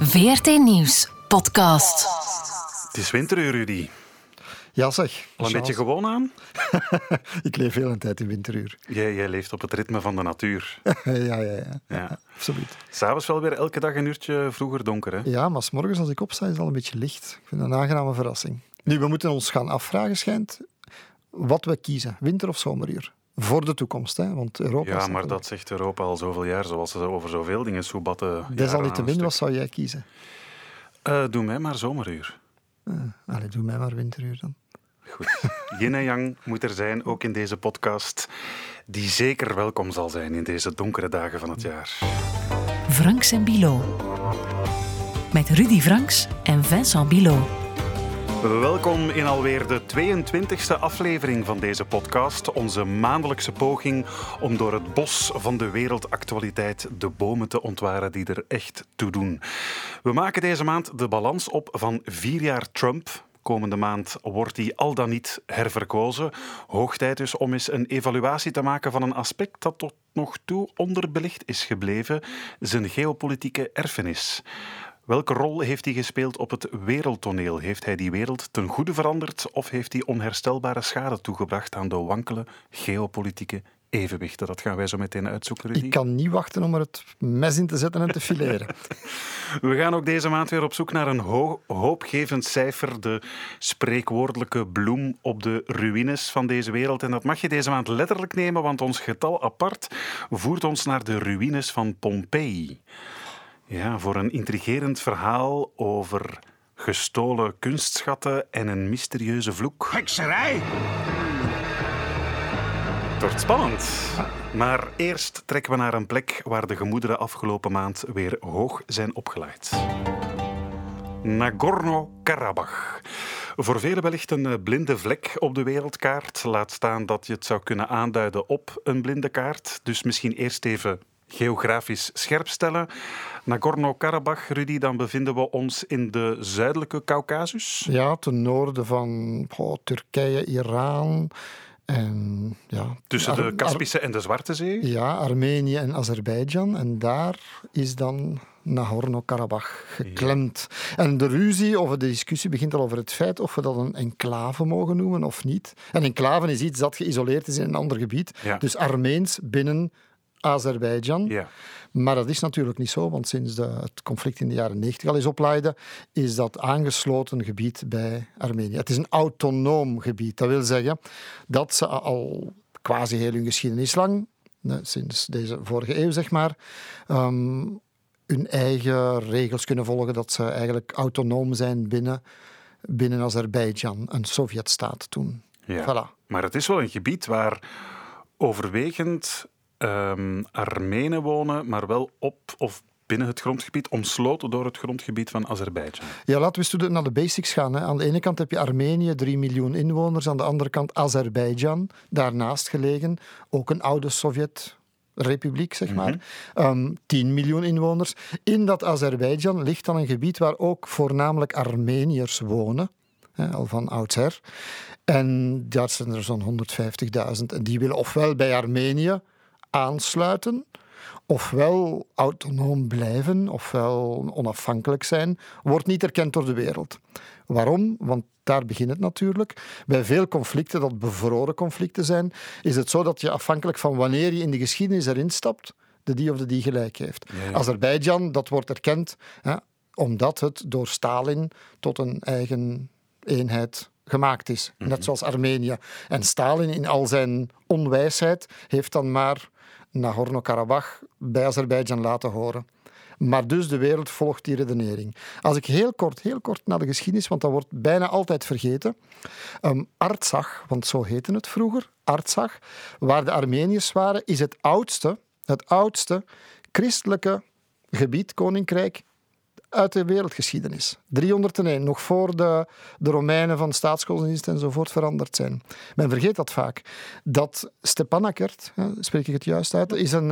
VRT Nieuws podcast. Het is winteruur, Rudy. Ja zeg. Al een beetje gewoon aan? Ik leef heel een tijd in winteruur. Jij leeft op het ritme van de natuur. Ja, absoluut. 'S Avonds wel weer elke dag een uurtje vroeger donker, hè? Ja, maar 's morgens als ik opsta is het al een beetje licht. Ik vind het een aangename verrassing. Nu, we moeten ons gaan afvragen, schijnt, wat we kiezen. Winter- of zomeruur. Voor de toekomst, hè? Want Europa... Ja, maar dat zegt Europa al zoveel jaar, zoals ze over zoveel dingen soebatten. Desalniettemin, wat zou jij kiezen? Doe mij maar zomeruur. Doe mij maar winteruur dan. Goed. Yin en yang moet er zijn, ook in deze podcast, die zeker welkom zal zijn in deze donkere dagen van het jaar. Franks en Bilo. Met Rudy Franks en Vincent Bilo. Welkom in alweer de 22e aflevering van deze podcast. Onze maandelijkse poging om door het bos van de wereldactualiteit de bomen te ontwaren die er echt toe doen. We maken deze maand de balans op van 4 jaar Trump. Komende maand wordt hij al dan niet herverkozen. Hoog tijd dus om eens een evaluatie te maken van een aspect dat tot nog toe onderbelicht is gebleven: zijn geopolitieke erfenis. Welke rol heeft hij gespeeld op het wereldtoneel? Heeft hij die wereld ten goede veranderd of heeft hij onherstelbare schade toegebracht aan de wankele geopolitieke evenwichten? Dat gaan wij zo meteen uitzoeken, Rudy. Ik kan niet wachten om er het mes in te zetten en te fileren. We gaan ook deze maand weer op zoek naar een hoopgevend cijfer, de spreekwoordelijke bloem op de ruïnes van deze wereld. En dat mag je deze maand letterlijk nemen, want ons getal apart voert ons naar de ruïnes van Pompeii. Ja, voor een intrigerend verhaal over gestolen kunstschatten en een mysterieuze vloek. Hekserij! Het wordt spannend. Maar eerst trekken we naar een plek waar de gemoederen afgelopen maand weer hoog zijn opgeleid. Nagorno-Karabach. Voor velen wellicht een blinde vlek op de wereldkaart. Laat staan dat je het zou kunnen aanduiden op een blinde kaart. Dus misschien eerst even geografisch scherp stellen. Nagorno-Karabach, Rudy, dan bevinden we ons in de zuidelijke Caucasus. Ja, ten noorden van Turkije, Iran... En, ja, tussen de Kaspische en de Zwarte Zee? Ja, Armenië en Azerbeidzjan. En daar is dan Nagorno-Karabach geklemd. Ja. En de ruzie of de discussie begint al over het feit of we dat een enclave mogen noemen of niet. Een enclave is iets dat geïsoleerd is in een ander gebied. Ja. Dus Armeens binnen Azerbeidzjan. Ja. Maar dat is natuurlijk niet zo, want sinds het conflict in de jaren 90 al is oplaaide, is dat aangesloten gebied bij Armenië. Het is een autonoom gebied. Dat wil zeggen dat ze al quasi heel hun geschiedenis lang, sinds deze vorige eeuw zeg maar, hun eigen regels kunnen volgen, dat ze eigenlijk autonoom zijn binnen Azerbeidzjan, een Sovjetstaat toen. Ja. Voilà. Maar het is wel een gebied waar overwegend Armenen wonen, maar wel op of binnen het grondgebied, omsloten door het grondgebied van Azerbeidzjan. Ja, laten we eens naar de basics gaan. Hè. Aan de ene kant heb je Armenië, 3 miljoen inwoners. Aan de andere kant Azerbeidzjan, daarnaast gelegen. Ook een oude Sovjet-republiek, zeg maar. 10 miljoen inwoners. In dat Azerbeidzjan ligt dan een gebied waar ook voornamelijk Armeniërs wonen. Al van oudsher. En daar zijn er zo'n 150.000. En die willen ofwel bij Armenië aansluiten, ofwel autonoom blijven, ofwel onafhankelijk zijn, wordt niet erkend door de wereld. Waarom? Want daar begint het natuurlijk. Bij veel conflicten, dat bevroren conflicten zijn, is het zo dat je afhankelijk van wanneer je in de geschiedenis erin stapt, de die of de die gelijk heeft. Ja. Azerbeidzjan, dat wordt erkend, omdat het door Stalin tot een eigen eenheid gemaakt is. Net zoals Armenië. En Stalin in al zijn onwijsheid heeft dan maar Nagorno-Karabach bij Azerbeidzjan laten horen. Maar dus de wereld volgt die redenering. Als ik heel kort naar de geschiedenis, want dat wordt bijna altijd vergeten. Artsakh, want zo heette het vroeger, Artsakh, waar de Armeniërs waren, is het oudste christelijke gebied, koninkrijk, uit de wereldgeschiedenis. 301, nog voor de Romeinen van staatsgodsdienst enzovoort veranderd zijn. Men vergeet dat vaak. Dat Stepanakert, spreek ik het juist uit,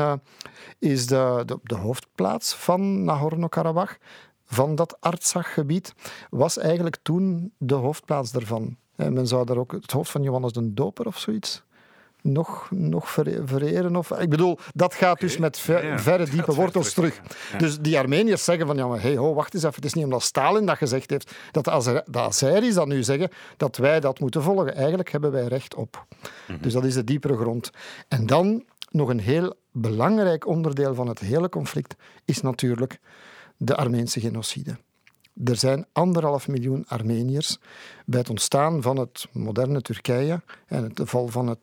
is de hoofdplaats van Nagorno-Karabach, van dat Artsakh-gebied, was eigenlijk toen de hoofdplaats daarvan. Men zou daar ook het hoofd van Johannes de Doper of zoiets nog vereren. Ik bedoel, dat gaat dus met verre, diepe wortels terug. Ja. Dus die Armeniërs zeggen van, ja, maar wacht eens even, het is niet omdat Stalin dat gezegd heeft, dat de Azeris dan nu zeggen dat wij dat moeten volgen. Eigenlijk hebben wij recht op. Mm-hmm. Dus dat is de diepere grond. En dan nog een heel belangrijk onderdeel van het hele conflict is natuurlijk de Armeense genocide. Er zijn 1,5 miljoen Armeniërs bij het ontstaan van het moderne Turkije en het val van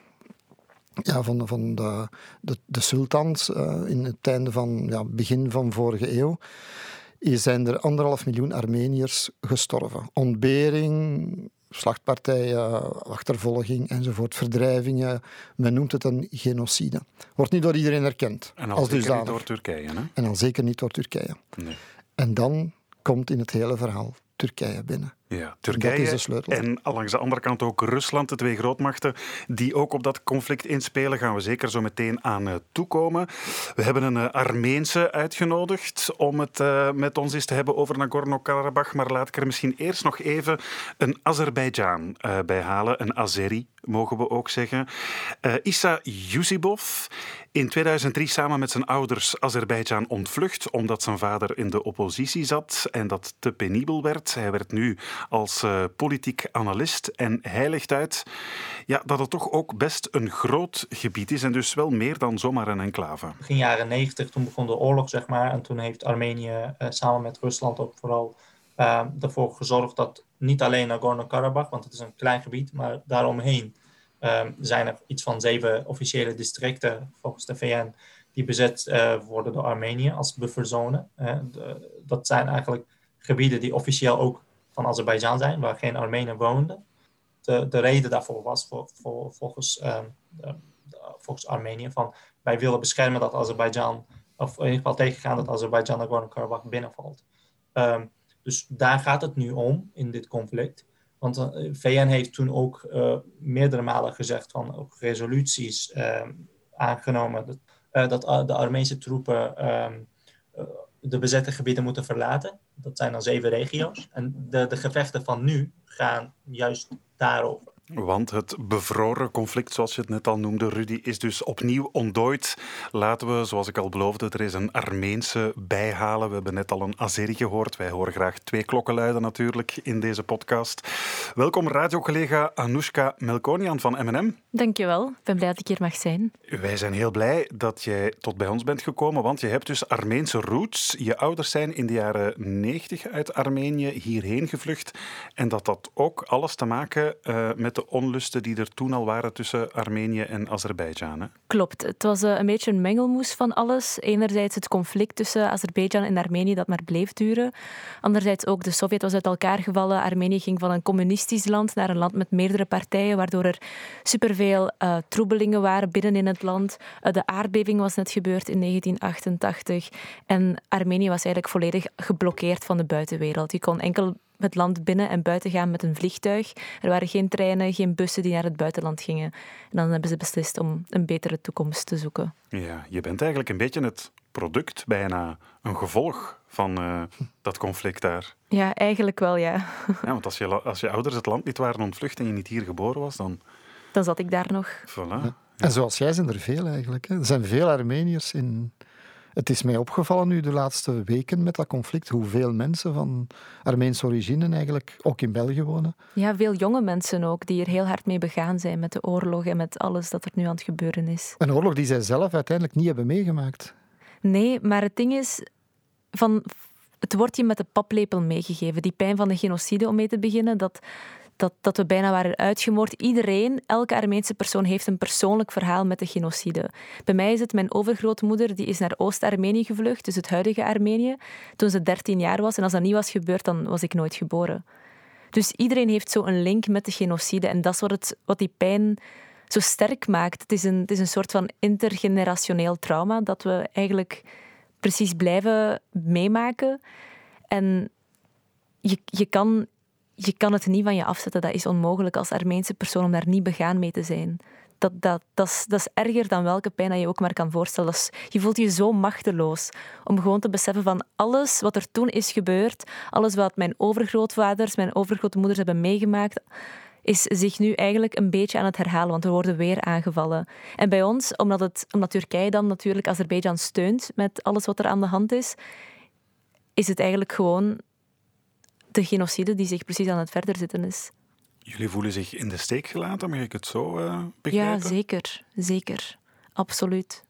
van de sultans in het einde van begin van vorige eeuw. Zijn er 1,5 miljoen Armeniërs gestorven. Ontbering, slachtpartijen, achtervolging enzovoort, verdrijvingen. Men noemt het een genocide. Wordt niet door iedereen erkend. En al zeker niet door Turkije. Hè? En al zeker niet door Turkije. Nee. En dan komt in het hele verhaal Turkije binnen. Ja, Turkije dat is de sleutel. En langs de andere kant ook Rusland, de twee grootmachten die ook op dat conflict inspelen, gaan we zeker zo meteen aan toekomen. We hebben een Armeense uitgenodigd om het met ons eens te hebben over Nagorno-Karabakh, maar laat ik er misschien eerst nog even een Azerbeidzjan bij halen. Een Azeri, mogen we ook zeggen. Issa Yusibov, in 2003 samen met zijn ouders Azerbeidzjan ontvlucht, omdat zijn vader in de oppositie zat en dat te penibel werd. Hij werd nu als politiek analist en hij legt uit dat het toch ook best een groot gebied is en dus wel meer dan zomaar een enclave. Begin jaren 90, toen begon de oorlog, zeg maar, en toen heeft Armenië samen met Rusland ook vooral ervoor gezorgd dat niet alleen Nagorno-Karabakh, want het is een klein gebied, maar daaromheen zijn er iets van 7 officiële districten volgens de VN die bezet worden door Armenië als bufferzone. Dat zijn eigenlijk gebieden die officieel ook van Azerbeidzjan zijn, waar geen Armenen woonden. De reden daarvoor was volgens Armenië van wij willen beschermen dat Azerbeidzjan, of in ieder geval tegengaan dat Azerbeidzjan Nagorno-Karabakh binnenvalt. Dus daar gaat het nu om in dit conflict. Want de VN heeft toen ook meerdere malen gezegd van ook resoluties aangenomen dat de Armeense troepen de bezette gebieden moeten verlaten. Dat zijn dan 7 regio's. En de gevechten van nu gaan juist daarover. Want het bevroren conflict, zoals je het net al noemde, Rudy, is dus opnieuw ontdooid. Laten we, zoals ik al beloofde, er is een Armeense bijhalen. We hebben net al een Azeri gehoord. Wij horen graag 2 klokken luiden natuurlijk in deze podcast. Welkom radiocollega Anoushka Melkonian van M&M. Dankjewel, ik ben blij dat ik hier mag zijn. Wij zijn heel blij dat jij tot bij ons bent gekomen, want je hebt dus Armeense roots. Je ouders zijn in de jaren 90 uit Armenië hierheen gevlucht. En dat ook alles te maken met de onlusten die er toen al waren tussen Armenië en Azerbeidzjan. Hè? Klopt, het was een beetje een mengelmoes van alles. Enerzijds het conflict tussen Azerbeidzjan en Armenië dat maar bleef duren. Anderzijds ook de Sovjet was uit elkaar gevallen. Armenië ging van een communistisch land naar een land met meerdere partijen, waardoor er superveel troebelingen waren binnen in het land. De aardbeving was net gebeurd in 1988 en Armenië was eigenlijk volledig geblokkeerd van de buitenwereld. Je kon enkel het land binnen en buiten gaan met een vliegtuig. Er waren geen treinen, geen bussen die naar het buitenland gingen. En dan hebben ze beslist om een betere toekomst te zoeken. Ja, je bent eigenlijk een beetje het product, bijna een gevolg van dat conflict daar. Ja, eigenlijk wel, ja. Ja, want als je ouders het land niet waren ontvlucht en je niet hier geboren was, dan zat ik daar nog. Voilà. Ja. En zoals jij zijn er veel eigenlijk. Hè. Er zijn veel Armeniërs in... Het is mij opgevallen nu de laatste weken met dat conflict, hoeveel mensen van Armeense origine eigenlijk ook in België wonen. Ja, veel jonge mensen ook, die er heel hard mee begaan zijn met de oorlog en met alles dat er nu aan het gebeuren is. Een oorlog die zij zelf uiteindelijk niet hebben meegemaakt. Nee, maar het ding is, het wordt je met de paplepel meegegeven. Die pijn van de genocide, om mee te beginnen, dat we bijna waren uitgemoord. Elke Armeense persoon heeft een persoonlijk verhaal met de genocide. Bij mij is het mijn overgrootmoeder, die is naar Oost-Armenië gevlucht, dus het huidige Armenië, toen ze 13 jaar was. En als dat niet was gebeurd, dan was ik nooit geboren. Dus iedereen heeft zo een link met de genocide. En dat is wat die pijn zo sterk maakt. Het is een soort van intergenerationeel trauma dat we eigenlijk precies blijven meemaken. En je kan het niet van je afzetten. Dat is onmogelijk als Armeense persoon om daar niet begaan mee te zijn. Dat is erger dan welke pijn dat je ook maar kan voorstellen. Je voelt je zo machteloos om gewoon te beseffen van alles wat er toen is gebeurd, alles wat mijn overgrootvaders, mijn overgrootmoeders hebben meegemaakt, is zich nu eigenlijk een beetje aan het herhalen, want er worden weer aangevallen. En bij ons, omdat Turkije dan natuurlijk Azerbeidzjan steunt met alles wat er aan de hand is het eigenlijk gewoon de genocide die zich precies aan het verder zitten is. Jullie voelen zich in de steek gelaten, mag ik het zo begrijpen? Ja, zeker. Zeker. Absoluut.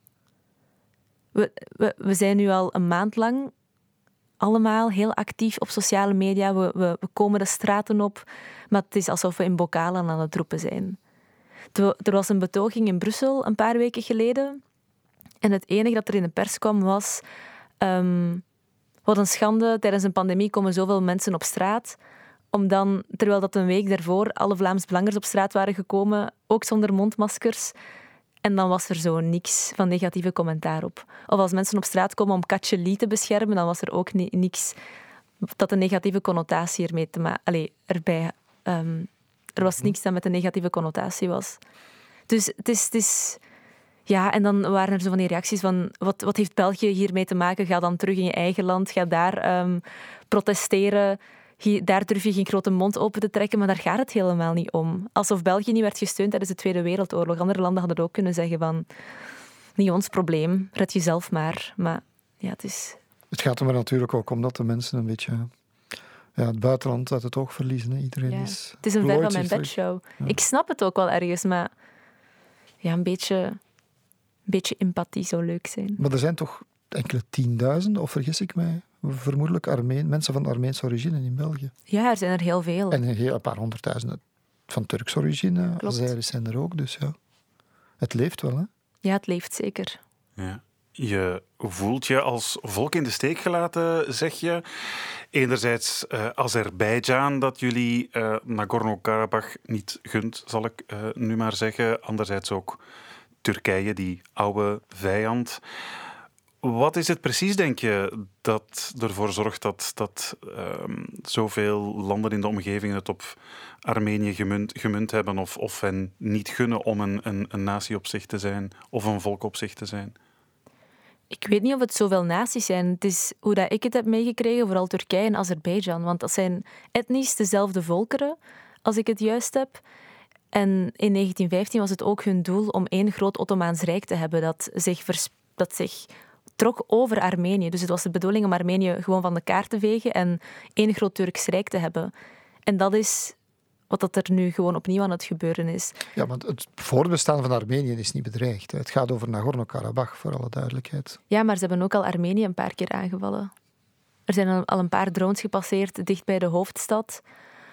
We zijn nu al een maand lang allemaal heel actief op sociale media. We komen de straten op, maar het is alsof we in bokalen aan het roepen zijn. Er was een betoging in Brussel een paar weken geleden. En het enige dat er in de pers kwam was... wat een schande, tijdens een pandemie komen zoveel mensen op straat. Om dan, terwijl dat een week daarvoor alle Vlaams Belangers op straat waren gekomen, ook zonder mondmaskers. En dan was er zo niks van negatieve commentaar op. Of als mensen op straat komen om Katje Lee te beschermen, dan was er ook niks dat een negatieve connotatie ermee te maken... er was niks dat met een negatieve connotatie was. Dus het is... Ja, en dan waren er zo van die reacties van... Wat heeft België hiermee te maken? Ga dan terug in je eigen land. Ga daar protesteren. Daar durf je geen grote mond open te trekken. Maar daar gaat het helemaal niet om. Alsof België niet werd gesteund tijdens de Tweede Wereldoorlog. Andere landen hadden ook kunnen zeggen van... Niet ons probleem, red jezelf maar. Maar ja, het is... Het gaat er natuurlijk ook om dat de mensen een beetje... Ja, het buitenland uit het oog verliezen. Hè. Iedereen is... Het is een ver van mijn bedshow. Ja. Ik snap het ook wel ergens, maar... Ja, een beetje empathie zou leuk zijn. Maar er zijn toch enkele 10.000, of vergis ik mij, vermoedelijk mensen van Armeense origine in België. Ja, er zijn er heel veel. En een paar 100.000 van Turkse origine. Azeris zijn er ook, dus ja. Het leeft wel, hè? Ja, het leeft zeker. Ja. Je voelt je als volk in de steek gelaten, zeg je. Enerzijds Azerbeidzjan, dat jullie Nagorno-Karabakh niet gunt, zal ik nu maar zeggen. Anderzijds ook Turkije, die oude vijand. Wat is het precies, denk je, dat ervoor zorgt dat zoveel landen in de omgeving het op Armenië gemunt hebben of hen niet gunnen om een natie op zich te zijn of een volk op zich te zijn? Ik weet niet of het zoveel naties zijn. Het is hoe dat ik het heb meegekregen, vooral Turkije en Azerbeidzjan. Want dat zijn etnisch dezelfde volkeren, als ik het juist heb. En in 1915 was het ook hun doel om één groot Ottomaans Rijk te hebben dat zich trok over Armenië. Dus het was de bedoeling om Armenië gewoon van de kaart te vegen en één groot Turks Rijk te hebben. En dat is wat er nu gewoon opnieuw aan het gebeuren is. Ja, want het voortbestaan van Armenië is niet bedreigd. Het gaat over Nagorno-Karabakh, voor alle duidelijkheid. Ja, maar ze hebben ook al Armenië een paar keer aangevallen. Er zijn al een paar drones gepasseerd dicht bij de hoofdstad.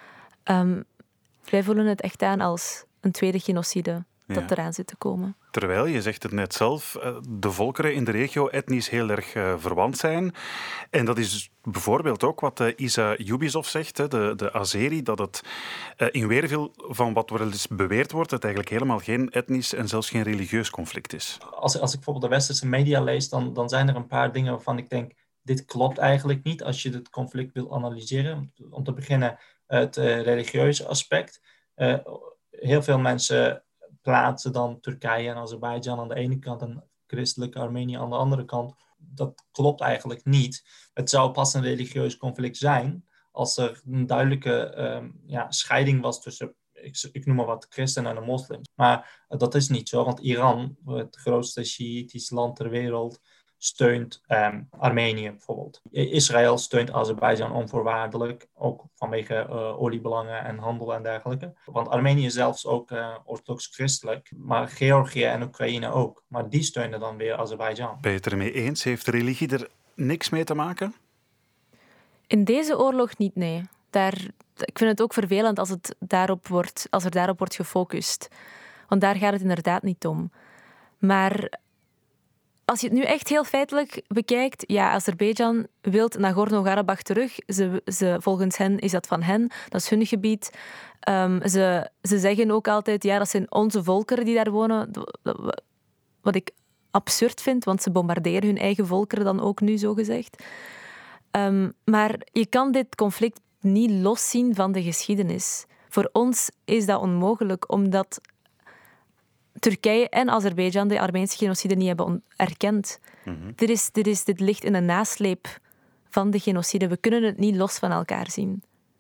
Wij voelen het echt aan als een tweede genocide dat eraan zit te komen. Terwijl, je zegt het net zelf, de volkeren in de regio etnisch heel erg verwant zijn. En dat is bijvoorbeeld ook wat Isa Yubizov zegt, de Azeri, dat het in weerwil van wat wel eens beweerd wordt, het eigenlijk helemaal geen etnisch en zelfs geen religieus conflict is. Als ik bijvoorbeeld de westerse media lees, dan zijn er een paar dingen waarvan ik denk, dit klopt eigenlijk niet als je het conflict wil analyseren. Om te beginnen het religieuze aspect. Heel veel mensen plaatsen dan Turkije en Azerbeidzjan aan de ene kant en christelijke Armenië aan de andere kant. Dat klopt eigenlijk niet. Het zou pas een religieus conflict zijn als er een duidelijke scheiding was tussen, ik noem maar wat, christenen en de moslims. Maar dat is niet zo, want Iran, het grootste Sjiïtisch land ter wereld, steunt Armenië bijvoorbeeld. Israël steunt Azerbeidzjan onvoorwaardelijk, ook vanwege oliebelangen en handel en dergelijke. Want Armenië is zelfs ook orthodox-christelijk, maar Georgië en Oekraïne ook. Maar die steunen dan weer Azerbeidzjan. Ben je het ermee eens? Heeft religie er niks mee te maken? In deze oorlog niet, nee. Ik vind het ook vervelend als er daarop wordt gefocust. Want daar gaat het inderdaad niet om. Maar als je het nu echt heel feitelijk bekijkt, ja, Azerbeidzjan wil Nagorno-Karabakh terug. Volgens hen is dat van hen, dat is hun gebied. Ze zeggen ook altijd, ja, dat zijn onze volkeren die daar wonen. Wat ik absurd vind, want ze bombarderen hun eigen volkeren dan ook nu, zogezegd. Maar je kan dit conflict niet loszien van de geschiedenis. Voor ons is dat onmogelijk, omdat Turkije en Azerbeidzjan de Armeense genocide niet hebben erkend. Mm-hmm. Dit ligt in een nasleep van de genocide. We kunnen het niet los van elkaar zien.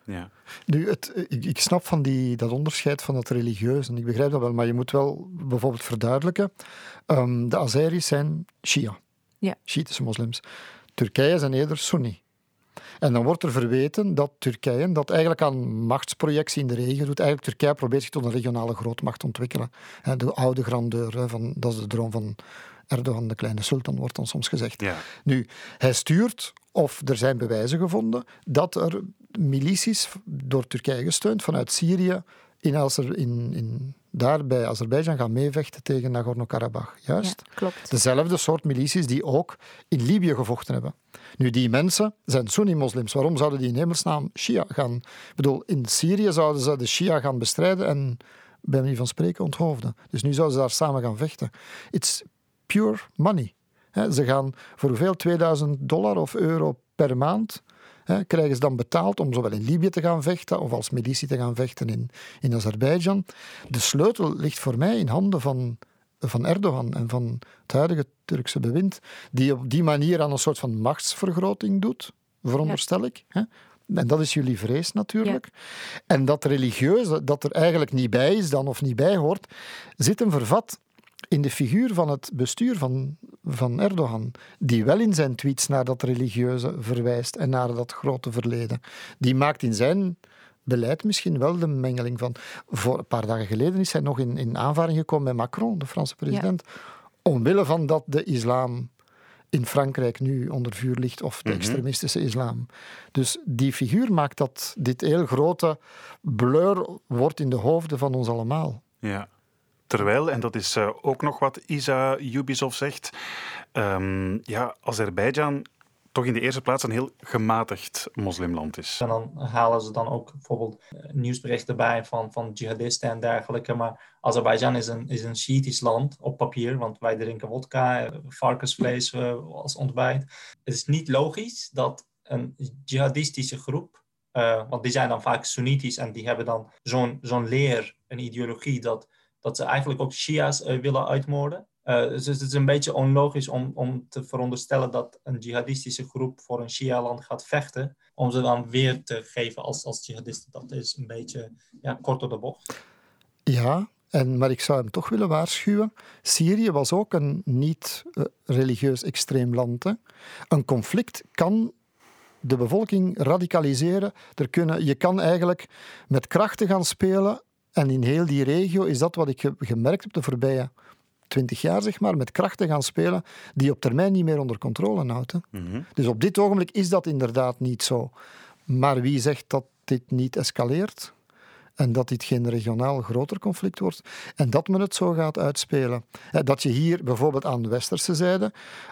Ja. Nu, ik snap van dat onderscheid van het religieus, en ik begrijp dat wel, maar je moet wel bijvoorbeeld verduidelijken. De Azeris zijn Shia, Shiïtische moslims. Turkije zijn eerder Sunni. En dan wordt er verweten dat Turkije dat eigenlijk aan machtsprojectie in de regio doet. Eigenlijk Turkije probeert zich tot een regionale grootmacht te ontwikkelen. De oude grandeur, dat is de droom van Erdogan, de kleine sultan, wordt dan soms gezegd. Ja. Nu, hij stuurt, of er zijn bewijzen gevonden, dat er milities door Turkije gesteund vanuit Syrië daar bij Azerbeidzjan gaan meevechten tegen Nagorno-Karabakh. Juist? Ja, klopt. Dezelfde soort milities die ook in Libië gevochten hebben. Nu, die mensen zijn Sunni-moslims. Waarom zouden die in hemelsnaam Shia gaan? Ik bedoel, in Syrië zouden ze de Shia gaan bestrijden en, bij manier van spreken, onthoofden. Dus nu zouden ze daar samen gaan vechten. It's pure money. Ze gaan voor hoeveel? $2000 of euro per maand krijgen ze dan betaald om zowel in Libië te gaan vechten of als militie te gaan vechten in Azerbeidzjan. De sleutel ligt voor mij in handen van Erdogan en van het huidige Turkse bewind, die op die manier aan een soort van machtsvergroting doet, veronderstel ik. En dat is jullie vrees natuurlijk. Ja. En dat religieuze, dat er eigenlijk niet bij is dan of niet bij hoort, zit hem vervat in de figuur van het bestuur van Erdogan, die wel in zijn tweets naar dat religieuze verwijst en naar dat grote verleden. Die maakt in zijn beleid misschien wel de mengeling van. Voor een paar dagen geleden is hij nog in aanvaring gekomen met Macron, de Franse president, omwille van dat de islam in Frankrijk nu onder vuur ligt, of de extremistische islam. Dus die figuur maakt dat dit heel grote blur wordt in de hoofden van ons allemaal. Ja. Terwijl, en dat is ook nog wat Isa Yubisov zegt, Azerbeidzjan toch in de eerste plaats een heel gematigd moslimland is. En dan halen ze dan ook bijvoorbeeld nieuwsberichten bij van jihadisten en dergelijke. Maar Azerbeidzjan is een Shiïtisch land op papier, want wij drinken wodka, varkensvlees als ontbijt. Het is niet logisch dat een jihadistische groep, want die zijn dan vaak Soenitisch en die hebben dan zo'n leer, een ideologie dat ze eigenlijk ook Shia's willen uitmoorden. Dus het is een beetje onlogisch om te veronderstellen dat een jihadistische groep voor een Shia-land gaat vechten, om ze dan weer te geven als jihadisten. Dat is een beetje kort door de bocht. Ja, maar ik zou hem toch willen waarschuwen. Syrië was ook een niet-religieus extreem land. Hè. Een conflict kan de bevolking radicaliseren. Je kan eigenlijk met krachten gaan spelen. En in heel die regio is dat wat ik gemerkt heb de voorbije 20 jaar, zeg maar, met krachten gaan spelen die op termijn niet meer onder controle houdt. Hè. Mm-hmm. Dus op dit ogenblik is dat inderdaad niet zo. Maar wie zegt dat dit niet escaleert? En dat dit geen regionaal groter conflict wordt? En dat men het zo gaat uitspelen. Dat je hier bijvoorbeeld aan de westerse zijde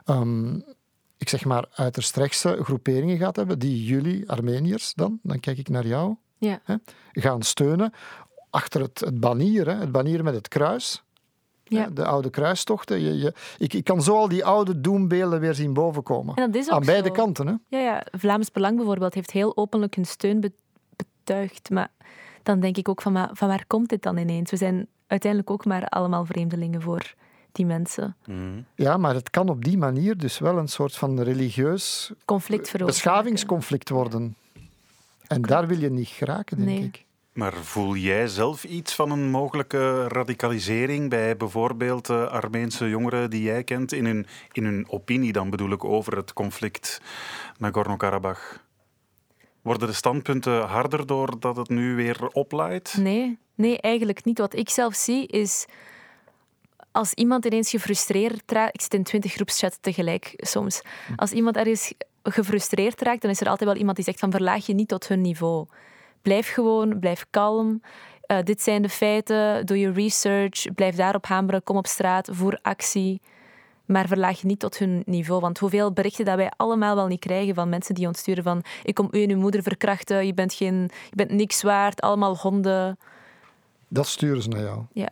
ik zeg maar uiterst rechtse groeperingen gaat hebben die jullie, Armeniërs dan kijk ik naar jou, gaan steunen achter het banier, het banier met het kruis. Ja. De oude kruistochten. Ik kan zo al die oude doembeelden weer zien bovenkomen. En dat is ook aan beide kanten. Hè? Ja, Vlaams Belang bijvoorbeeld heeft heel openlijk hun steun betuigd. Maar dan denk ik ook van waar komt dit dan ineens? We zijn uiteindelijk ook maar allemaal vreemdelingen voor die mensen. Mm. Ja, maar het kan op die manier dus wel een soort van religieus beschavingsconflict worden. En daar wil je niet geraken, denk ik. Maar voel jij zelf iets van een mogelijke radicalisering bij bijvoorbeeld Armeense jongeren die jij kent in hun opinie dan bedoel ik over het conflict Nagorno-Karabakh? Worden de standpunten harder doordat het nu weer oplaait? Nee, eigenlijk niet. Wat ik zelf zie is, als iemand ineens gefrustreerd raakt, ik zit in 20 groepschats tegelijk soms, als iemand ergens gefrustreerd raakt, dan is er altijd wel iemand die zegt van verlaag je niet tot hun niveau. Blijf kalm. Dit zijn de feiten. Doe je research. Blijf daarop hameren. Kom op straat. Voer actie. Maar verlaag je niet tot hun niveau. Want hoeveel berichten dat wij allemaal wel niet krijgen van mensen die ons sturen van ik kom u en uw moeder verkrachten. Je bent niks waard. Allemaal honden. Dat sturen ze naar jou? Ja.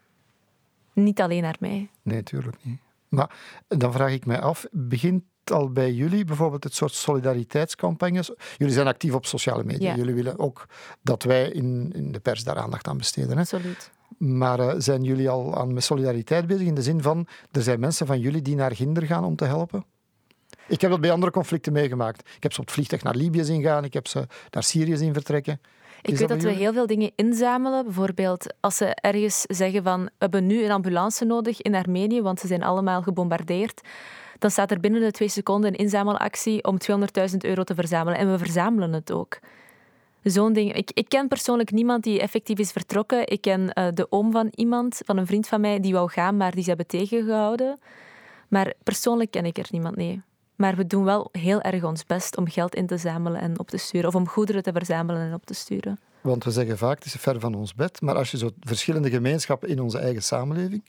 Niet alleen naar mij. Nee, tuurlijk niet. Maar dan vraag ik mij af, begint al bij jullie bijvoorbeeld het soort solidariteitscampagnes? Jullie zijn actief op sociale media. Ja. Jullie willen ook dat wij in de pers daar aandacht aan besteden. Hè? Absoluut. Maar zijn jullie al met solidariteit bezig in de zin van, er zijn mensen van jullie die naar Ginder gaan om te helpen? Ik heb dat bij andere conflicten meegemaakt. Ik heb ze op het vliegtuig naar Libië zien gaan, ik heb ze naar Syrië zien vertrekken. Ik weet dat we heel veel dingen inzamelen. Bijvoorbeeld als ze ergens zeggen van we hebben nu een ambulance nodig in Armenië, want ze zijn allemaal gebombardeerd. Dan staat er binnen de 2 seconden een inzamelactie om €200.000 te verzamelen. En we verzamelen het ook. Zo'n ding. Ik ken persoonlijk niemand die effectief is vertrokken. Ik ken de oom van iemand, van een vriend van mij, die wou gaan, maar die ze hebben tegengehouden. Maar persoonlijk ken ik er niemand, nee. Maar we doen wel heel erg ons best om geld in te zamelen en op te sturen. Of om goederen te verzamelen en op te sturen. Want we zeggen vaak, het is ver van ons bed. Maar als je zo verschillende gemeenschappen in onze eigen samenleving...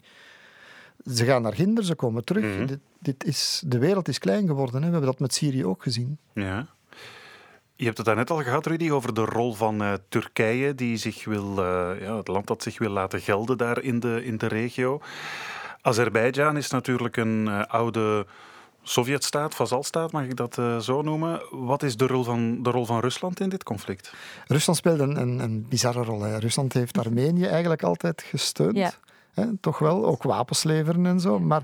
Ze gaan naar Ginder, ze komen terug. Mm-hmm. De wereld is klein geworden. Hè. We hebben dat met Syrië ook gezien. Ja. Je hebt het daarnet al gehad, Rudy, over de rol van Turkije, die zich wil, het land dat zich wil laten gelden daar in de regio. Azerbeidzjan is natuurlijk een oude Sovjetstaat, vazalstaat, mag ik dat zo noemen. Wat is de rol van Rusland in dit conflict? Rusland speelt een bizarre rol. Hè. Rusland heeft Armenië eigenlijk altijd gesteund. Ja. Toch wel, ook wapens leveren en zo. Maar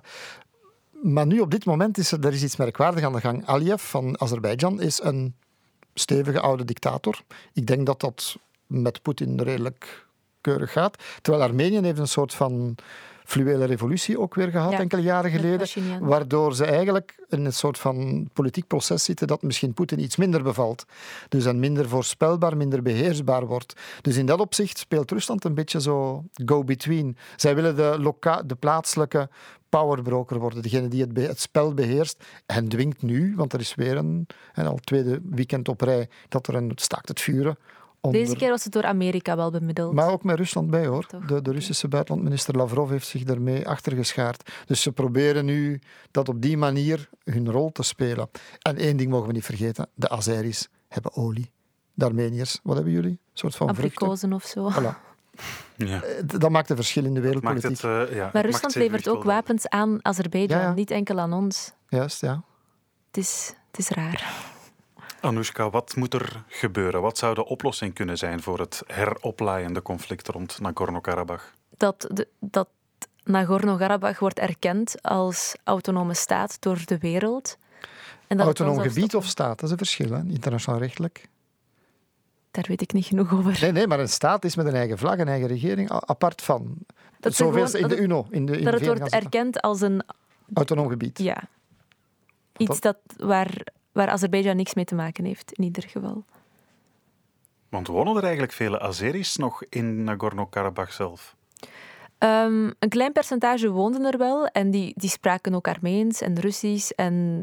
nu op dit moment is er is iets merkwaardigs aan de gang. Aliyev van Azerbeidzjan is een stevige oude dictator. Ik denk dat dat met Poetin redelijk keurig gaat. Terwijl Armenië heeft een soort van fluwele revolutie ook weer gehad enkele jaren geleden. Waardoor ze eigenlijk in een soort van politiek proces zitten dat misschien Poetin iets minder bevalt. Dus dan minder voorspelbaar, minder beheersbaar wordt. Dus in dat opzicht speelt Rusland een beetje zo go-between. Zij willen de plaatselijke powerbroker worden, degene die het spel beheerst en dwingt nu, want er is weer al tweede weekend op rij, dat er een staakt het vuren. Deze keer was het door Amerika wel bemiddeld. Maar ook met Rusland bij, hoor. Toch? De Russische buitenlandminister Lavrov heeft zich daarmee achtergeschaard. Dus ze proberen nu dat op die manier hun rol te spelen. En één ding mogen we niet vergeten. De Azeris hebben olie. De Armeniërs, wat hebben jullie? Een soort van Abrikozen of zo. Voilà. Ja. Dat maakt een verschil in de wereldpolitiek. Maar Rusland levert ook wapens aan Azerbeidzjan, Ja. niet enkel aan ons. Juist, ja. Het is raar. Anoushka, wat moet er gebeuren? Wat zou de oplossing kunnen zijn voor het heroplaaiende conflict rond Nagorno-Karabakh? Dat Nagorno-Karabakh wordt erkend als autonome staat door de wereld. En dat Autonoom gebied of staat, dat is een verschil, hè? Internationaal rechtelijk. Daar weet ik niet genoeg over. Nee, maar een staat is met een eigen vlag, een eigen regering, apart van. Dat Zoveel in de UNO. Dat het wordt erkend als een... Autonoom gebied. Ja. Iets waar Azerbeidzjan niks mee te maken heeft, in ieder geval. Want wonen er eigenlijk vele Azeris nog in Nagorno-Karabakh zelf? Een klein percentage woonden er wel en die spraken ook Armeens en Russisch en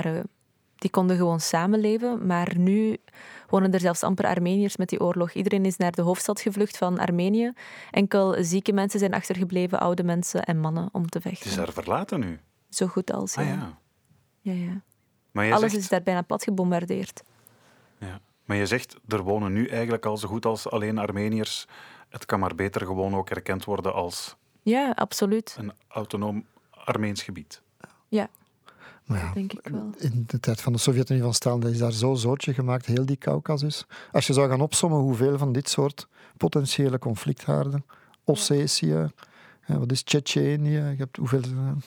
die konden gewoon samenleven. Maar nu wonen er zelfs amper Armeniërs met die oorlog. Iedereen is naar de hoofdstad gevlucht van Armenië. Enkel zieke mensen zijn achtergebleven, oude mensen en mannen om te vechten. Het is daar verlaten nu? Zo goed als, ja. Ah, ja. Ja. Maar alles is daar bijna plat gebombardeerd. Ja. Maar je zegt, er wonen nu eigenlijk al zo goed als alleen Armeniërs. Het kan maar beter gewoon ook erkend worden als... Ja, absoluut. Een autonoom Armeens gebied. Ja, Maar ja, dat denk ik wel. in de tijd van de Sovjet-Unie van Stalin is daar zo zootje gemaakt, heel die Caucasus. Als je zou gaan opsommen hoeveel van dit soort potentiële conflicthaarden, Ossetië, wat is Tsjetsjenië, je hebt hoeveel...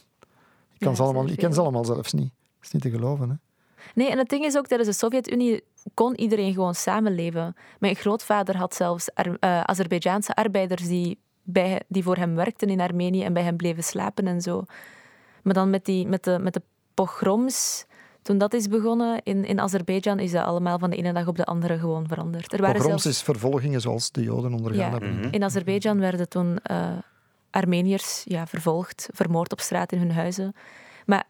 Ik ken ze allemaal zelfs niet. Dat is niet te geloven, hè. Nee, en het ding is ook, tijdens de Sovjet-Unie kon iedereen gewoon samenleven. Mijn grootvader had zelfs Azerbeidzjaanse arbeiders die voor hem werkten in Armenië en bij hem bleven slapen en zo. Maar dan met de pogroms, toen dat is begonnen in Azerbeidzjan, is dat allemaal van de ene dag op de andere gewoon veranderd. Pogroms is vervolgingen zoals de Joden ondergaan hebben. Mm-hmm. In Azerbeidzjan werden toen Armeniërs vervolgd, vermoord op straat in hun huizen. Maar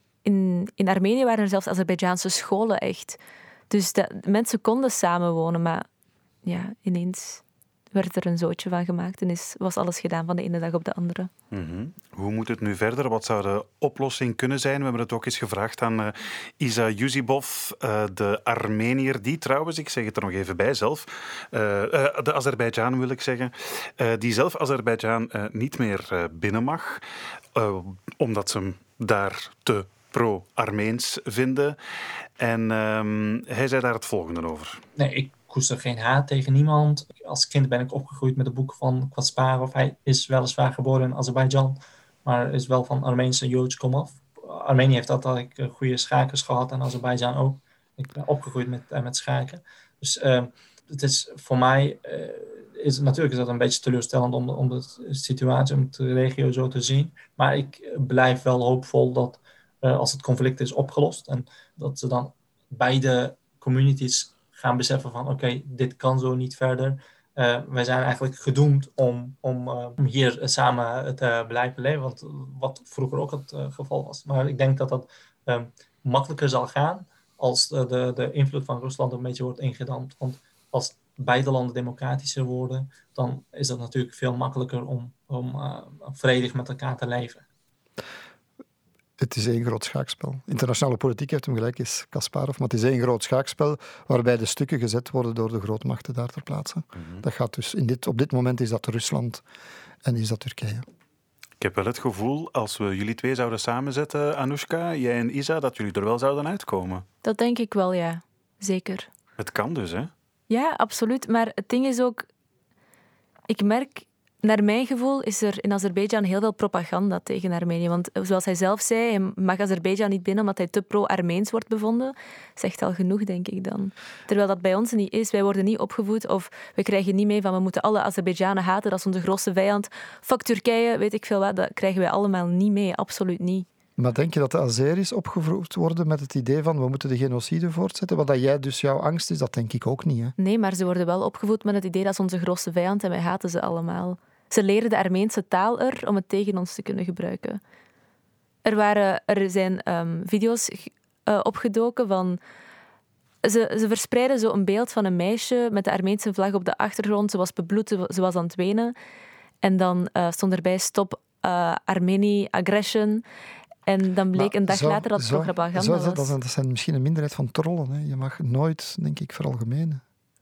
in Armenië waren er zelfs Azerbeidzjaanse scholen echt. Dus mensen konden samenwonen, maar ja, ineens werd er een zootje van gemaakt en was alles gedaan van de ene dag op de andere. Mm-hmm. Hoe moet het nu verder? Wat zou de oplossing kunnen zijn? We hebben het ook eens gevraagd aan Isa Yusibov, de Armeniër, die trouwens, ik zeg het er nog even bij zelf, de Azerbeidzjan wil ik zeggen, die zelf Azerbeidzjan niet meer binnen mag, omdat ze hem daar te pro-Armeens vinden. En hij zei daar het volgende over. Nee, ik koester geen haat tegen niemand. Als kind ben ik opgegroeid met de boeken van Kasparov. Hij is weliswaar geboren in Azerbeidzjan, maar is wel van Armeense en Joods komaf. Armenië heeft altijd goede schakers gehad en Azerbeidzjan ook. Ik ben opgegroeid met schaken. Dus het is voor mij... Natuurlijk is dat een beetje teleurstellend om de situatie, om de regio zo te zien. Maar ik blijf wel hoopvol dat als het conflict is opgelost en dat ze dan beide communities gaan beseffen van oké, dit kan zo niet verder. Wij zijn eigenlijk gedoemd om hier samen te blijven leven, want wat vroeger ook het geval was. Maar ik denk dat dat makkelijker zal gaan als de invloed van Rusland een beetje wordt ingedampt. Want als beide landen democratischer worden, dan is dat natuurlijk veel makkelijker om vredig met elkaar te leven. Het is één groot schaakspel. Internationale politiek heeft hem gelijk, is Kasparov, maar het is één groot schaakspel waarbij de stukken gezet worden door de grootmachten daar ter plaatse. Mm-hmm. Dat gaat dus op dit moment is dat Rusland en is dat Turkije. Ik heb wel het gevoel, als we jullie twee zouden samenzetten, Anoushka, jij en Isa, dat jullie er wel zouden uitkomen. Dat denk ik wel, ja. Zeker. Het kan dus, hè? Ja, absoluut. Maar het ding is ook... Ik merk, naar mijn gevoel, is er in Azerbeidzjan heel veel propaganda tegen Armenië. Want zoals hij zelf zei, hij mag Azerbeidzjan niet binnen omdat hij te pro-Armeens wordt bevonden. Zegt al genoeg, denk ik dan. Terwijl dat bij ons niet is. Wij worden niet opgevoed of we krijgen niet mee van we moeten alle Azerbeidzjanen haten. Dat is onze grootste vijand. Fuck Turkije, weet ik veel wat. Dat krijgen wij allemaal niet mee. Absoluut niet. Maar denk je dat de Azeris opgevoed worden met het idee van we moeten de genocide voortzetten? Wat dat jij dus jouw angst is, dat denk ik ook niet. Hè? Nee, maar ze worden wel opgevoed met het idee dat is onze grootste vijand en wij haten ze allemaal. Ze leren de Armeense taal om het tegen ons te kunnen gebruiken. Er zijn video's opgedoken van... Ze verspreiden zo een beeld van een meisje met de Armeense vlag op de achtergrond. Ze was bebloed, ze was aan het wenen. En dan stond erbij stop Armeni aggression... En dan bleek een dag later dat het propaganda was. Dat zijn misschien een minderheid van trollen. Hè. Je mag nooit, denk ik, veralgemenen.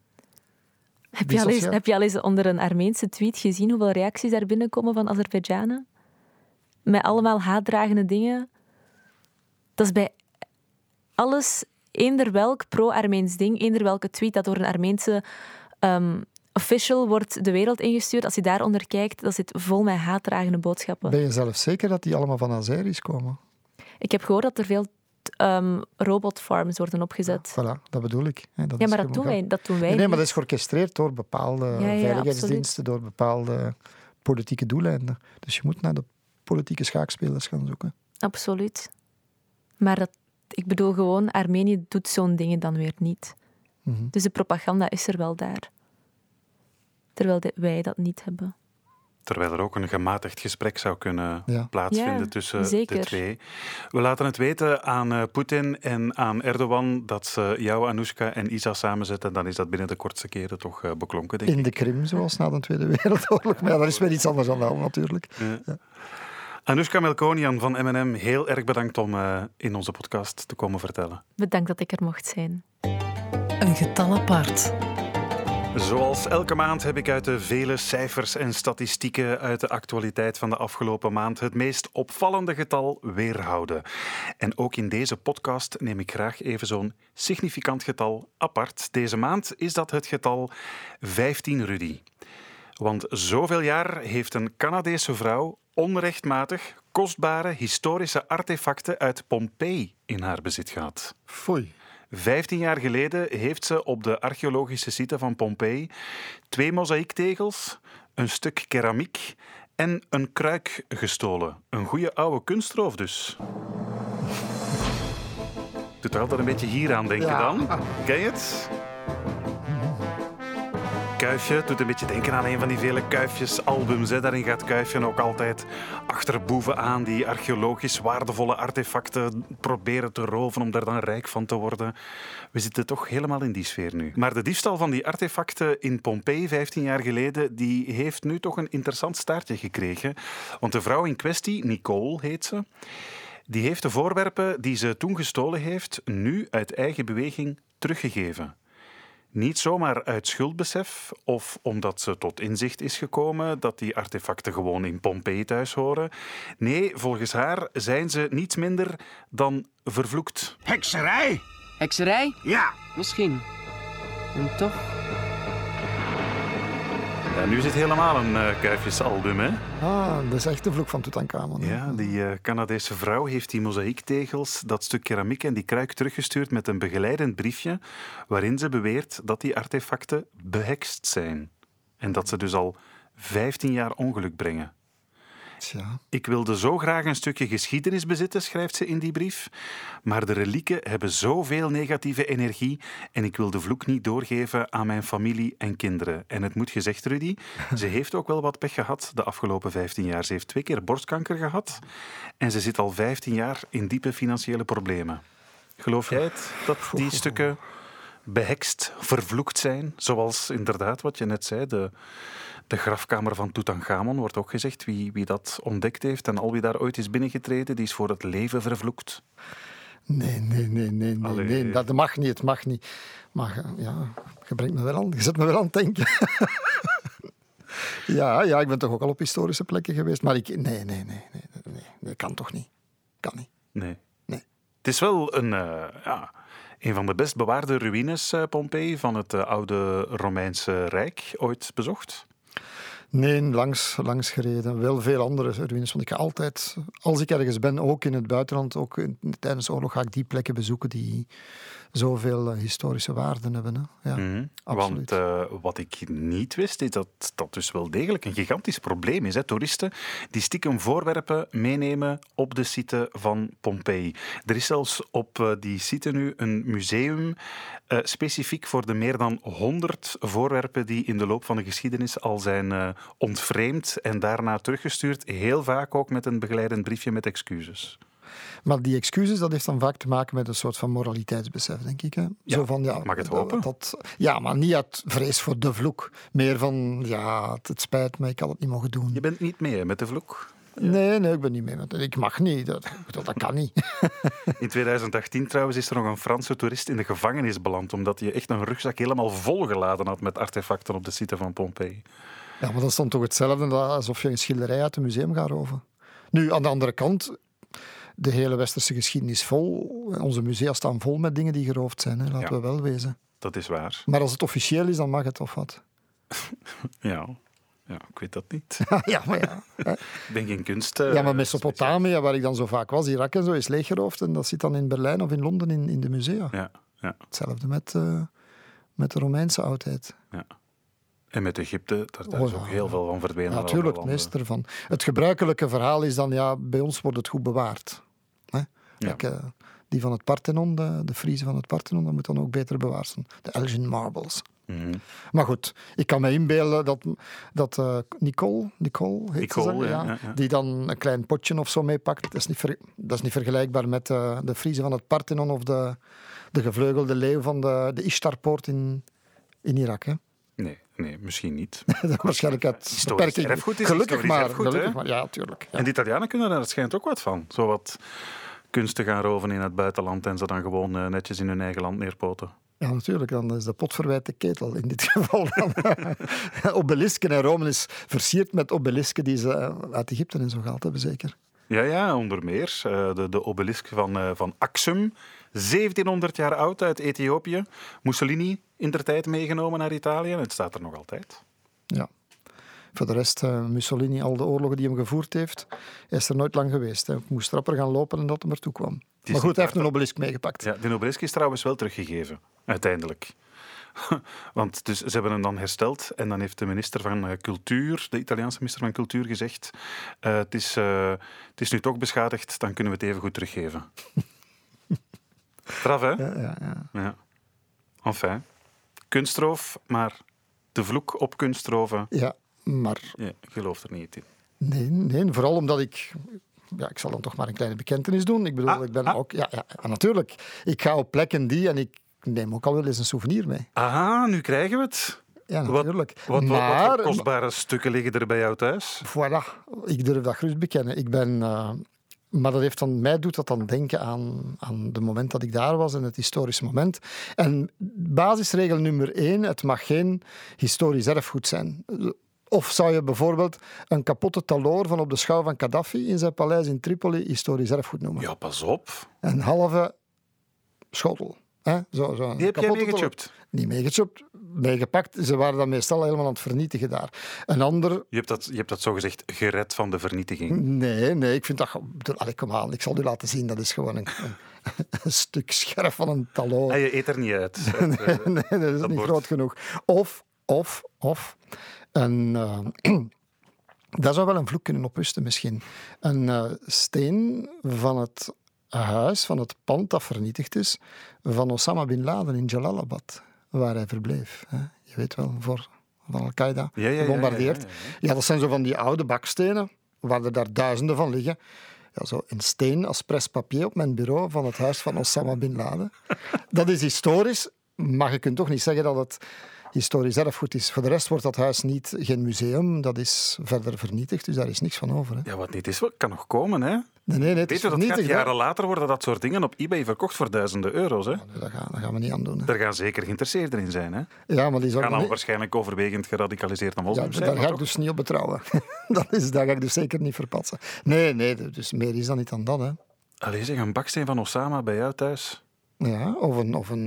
Heb je al eens onder een Armeense tweet gezien hoeveel reacties daar binnenkomen van Azerbeidzjanen? Met allemaal haatdragende dingen. Dat is bij alles, eender welk pro-Armeens ding, eender welke tweet dat door een Armeense official wordt de wereld ingestuurd. Als je daaronder kijkt, dat zit vol met haatdragende boodschappen. Ben je zelf zeker dat die allemaal van Azeris komen? Ik heb gehoord dat er veel robotfarms worden opgezet. Ja, voilà, dat bedoel ik. Hè, dat maar dat doen wij. Nee, maar dat is georchestreerd door bepaalde veiligheidsdiensten, door bepaalde politieke doeleinden. Dus je moet naar de politieke schaakspelers gaan zoeken. Absoluut. Maar ik bedoel gewoon, Armenië doet zo'n dingen dan weer niet. Mm-hmm. Dus de propaganda is er wel daar. Terwijl wij dat niet hebben. Terwijl er ook een gematigd gesprek zou kunnen plaatsvinden tussen zeker. de twee. We laten het weten aan Poetin en aan Erdogan dat ze jou, Anoushka en Isa samenzetten. Dan is dat binnen de kortste keren toch beklonken, denk ik. In de Krim, zoals na de Tweede Wereldoorlog. Maar dat is weer iets anders aan de hand, natuurlijk. Ja. Anoushka Melkonian van M&M, heel erg bedankt om in onze podcast te komen vertellen. Bedankt dat ik er mocht zijn. Een getal apart. Zoals elke maand heb ik uit de vele cijfers en statistieken uit de actualiteit van de afgelopen maand het meest opvallende getal weerhouden. En ook in deze podcast neem ik graag even zo'n significant getal apart. Deze maand is dat het getal 15, Rudy. Want zoveel jaar heeft een Canadese vrouw onrechtmatig kostbare historische artefacten uit Pompeii in haar bezit gehad. Foei. 15 jaar geleden heeft ze op de archeologische site van Pompeii 2 mozaïektegels, een stuk keramiek en een kruik gestolen. Een goede oude kunstroof dus. Doet er altijd een beetje hier aan denken dan. Ken je het? Kuifje doet een beetje denken aan een van die vele Kuifjes-albums. Daarin gaat Kuifje ook altijd achter boeven aan die archeologisch waardevolle artefacten proberen te roven om daar dan rijk van te worden. We zitten toch helemaal in die sfeer nu. Maar de diefstal van die artefacten in Pompeii 15 jaar geleden, die heeft nu toch een interessant staartje gekregen. Want de vrouw in kwestie, Nicole heet ze, die heeft de voorwerpen die ze toen gestolen heeft nu uit eigen beweging teruggegeven. Niet zomaar uit schuldbesef of omdat ze tot inzicht is gekomen dat die artefacten gewoon in Pompeii thuis horen. Nee, volgens haar zijn ze niets minder dan vervloekt. Hekserij? Hekserij? Ja. Misschien. En toch... Ja, nu zit helemaal een kuifjesalbum, hè? Dat is echt de vloek van Tutankhamon. Ja, die Canadese vrouw heeft die mozaïektegels, dat stuk keramiek en die kruik teruggestuurd met een begeleidend briefje waarin ze beweert dat die artefacten behekst zijn. En dat ze dus al 15 jaar ongeluk brengen. Tja. Ik wilde zo graag een stukje geschiedenis bezitten, schrijft ze in die brief, maar de relieken hebben zoveel negatieve energie en ik wil de vloek niet doorgeven aan mijn familie en kinderen. En het moet gezegd, Rudy, ze heeft ook wel wat pech gehad de afgelopen 15 jaar. Ze heeft 2 keer borstkanker gehad en ze zit al 15 jaar in diepe financiële problemen. Geloof jij het, dat die stukken behekst, vervloekt zijn? Zoals inderdaad wat je net zei, de grafkamer van Tutankhamon wordt ook gezegd. Wie dat ontdekt heeft en al wie daar ooit is binnengetreden, die is voor het leven vervloekt. Nee. Dat mag niet, het mag niet. Maar ja, je zet me wel aan het denken. ja, ik ben toch ook al op historische plekken geweest. Maar nee, kan toch niet. Kan niet. Nee. Het is wel een van de best bewaarde ruïnes, Pompeii, van het oude Romeinse Rijk, ooit bezocht. Nee, langs gereden. Wel veel andere ruïnes. Want ik ga altijd, als ik ergens ben, ook in het buitenland, ook tijdens de oorlog, ga ik die plekken bezoeken die zoveel historische waarden hebben. Hè. Ja, absoluut. Want wat ik niet wist, is dat dat dus wel degelijk een gigantisch probleem is. Hè. Toeristen die stiekem voorwerpen meenemen op de site van Pompeii. Er is zelfs op die site nu een museum specifiek voor de meer dan 100 voorwerpen die in de loop van de geschiedenis al zijn ontvreemd en daarna teruggestuurd. Heel vaak ook met een begeleidend briefje met excuses. Maar die excuses, dat heeft dan vaak te maken met een soort van moraliteitsbesef, denk ik. Hè? Ja, zo van, mag het hopen. Ja, maar niet uit vrees voor de vloek. Meer van, het spijt me, ik kan het niet mogen doen. Je bent niet mee met de vloek? Ja. Nee, ik ben niet mee. Ik mag niet. Dat kan niet. In 2018 trouwens is er nog een Franse toerist in de gevangenis beland omdat hij echt een rugzak helemaal volgeladen had met artefacten op de site van Pompeii. Ja, maar dat is dan toch hetzelfde alsof je een schilderij uit een museum gaat roven. Nu, aan de andere kant, de hele westerse geschiedenis vol. Onze musea staan vol met dingen die geroofd zijn. Hè. Laten we wel wezen. Dat is waar. Maar als het officieel is, dan mag het, of wat? Ja, ik weet dat niet. Ja, maar ja. Ik denk in kunst. Ja, maar Mesopotamia, waar ik dan zo vaak was, Irak en zo, is leeggeroofd. En dat zit dan in Berlijn of in Londen in de musea. Ja. Hetzelfde met de Romeinse oudheid. Ja. En met Egypte, daar is ook heel veel van verdwenen. Ja, natuurlijk, het meeste ervan. Het gebruikelijke verhaal is dan, bij ons wordt het goed bewaard. Hè? Ja. Kijk, die van het Parthenon, de friezen van het Parthenon, dat moet dan ook beter bewaard zijn. De Elgin Marbles. Mm-hmm. Maar goed, ik kan me inbeelden dat Nicole heet ze, ja. die dan een klein potje of zo meepakt. Dat is niet vergelijkbaar met de friezen van het Parthenon of de gevleugelde leeuw van de Ishtarpoort in Irak, hè? Nee, misschien niet. Waarschijnlijk uit beperking. Erfgoed is gelukkig maar. Ja, natuurlijk. Ja. En de Italianen kunnen daar schijnt ook wat van. Zo wat kunsten gaan roven in het buitenland en ze dan gewoon netjes in hun eigen land neerpoten. Ja, natuurlijk. Dan is de pot verwijt de ketel in dit geval. Obelisken en Rome is versierd met obelisken die ze uit Egypte en zo gehaald hebben, zeker. Ja, onder meer. De obelisk van Axum, 1700 jaar oud uit Ethiopië. Mussolini indertijd meegenomen naar Italië. Het staat er nog altijd. Ja. Voor de rest, Mussolini, al de oorlogen die hem gevoerd heeft, is er nooit lang geweest. Hij moest rapper gaan lopen en dat hem ertoe kwam. Maar goed, hij heeft een obelisk meegepakt. Ja, de obelisk is trouwens wel teruggegeven, uiteindelijk. Want dus, ze hebben hem dan hersteld en dan heeft de minister van Cultuur, de Italiaanse minister van Cultuur, gezegd het is nu toch beschadigd, dan kunnen we het even goed teruggeven. Straf, hè? Ja. Enfin, kunstroof, maar de vloek op kunstroven... Ja, maar... Ja, ik geloof er niet in. Nee, vooral omdat ik zal dan toch maar een kleine bekentenis doen. Ik bedoel, ik ben ook... Ja, natuurlijk. Ik ga op plekken en ik neem ook al wel eens een souvenir mee. Aha, nu krijgen we het. Ja, natuurlijk. Wat voor kostbare stukken liggen er bij jou thuis? Voilà, ik durf dat gerust bekennen. Ik ben... maar mij doet dat dan denken aan het moment dat ik daar was en het historische moment. En basisregel nummer 1, het mag geen historisch erfgoed zijn. Of zou je bijvoorbeeld een kapotte taloor van op de schouw van Gaddafi in zijn paleis in Tripoli historisch erfgoed noemen? Ja, pas op. Een halve schotel. Zo Die heb jij meegechopt? Niet meegechopt, meegepakt. Ze waren dan meestal helemaal aan het vernietigen daar. Een ander... Je hebt dat zogezegd gered van de vernietiging. Nee, ik vind dat... Allee, kom aan, ik zal u laten zien. Dat is gewoon een stuk scherf van een talon. En je eet er niet uit. Nee, dat is niet groot genoeg. Of een... daar zou wel een vloek kunnen oprusten misschien. Een steen van het huis, van het pand dat vernietigd is, van Osama Bin Laden in Jalalabad, waar hij verbleef. Je weet wel, van Al-Qaeda gebombardeerd. Ja, dat zijn zo van die oude bakstenen, waar er daar duizenden van liggen. Ja, zo een steen als prespapier op mijn bureau van het huis van Osama Bin Laden. Dat is historisch, maar je kunt toch niet zeggen dat het historisch erfgoed is. Voor de rest wordt dat huis geen museum, dat is verder vernietigd, dus daar is niks van over. Hè. Ja, wat niet is, kan nog komen, hè? Nee, het is vernietigd. Dat jaren later worden dat soort dingen op eBay verkocht voor duizenden euro's. Hè? Ja, dat gaan we niet aan doen. Hè. Daar gaan zeker geïnteresseerden in zijn. Hè? Ja, maar die gaan dan waarschijnlijk overwegend geradicaliseerd naar moslims zijn. Daar ga ik dus niet op betrouwen. Daar ga ik dus zeker niet verpatsen. Nee, dus meer is dan niet dan dat. Hè. Allee, zeg, een baksteen van Osama bij jou thuis? Ja, of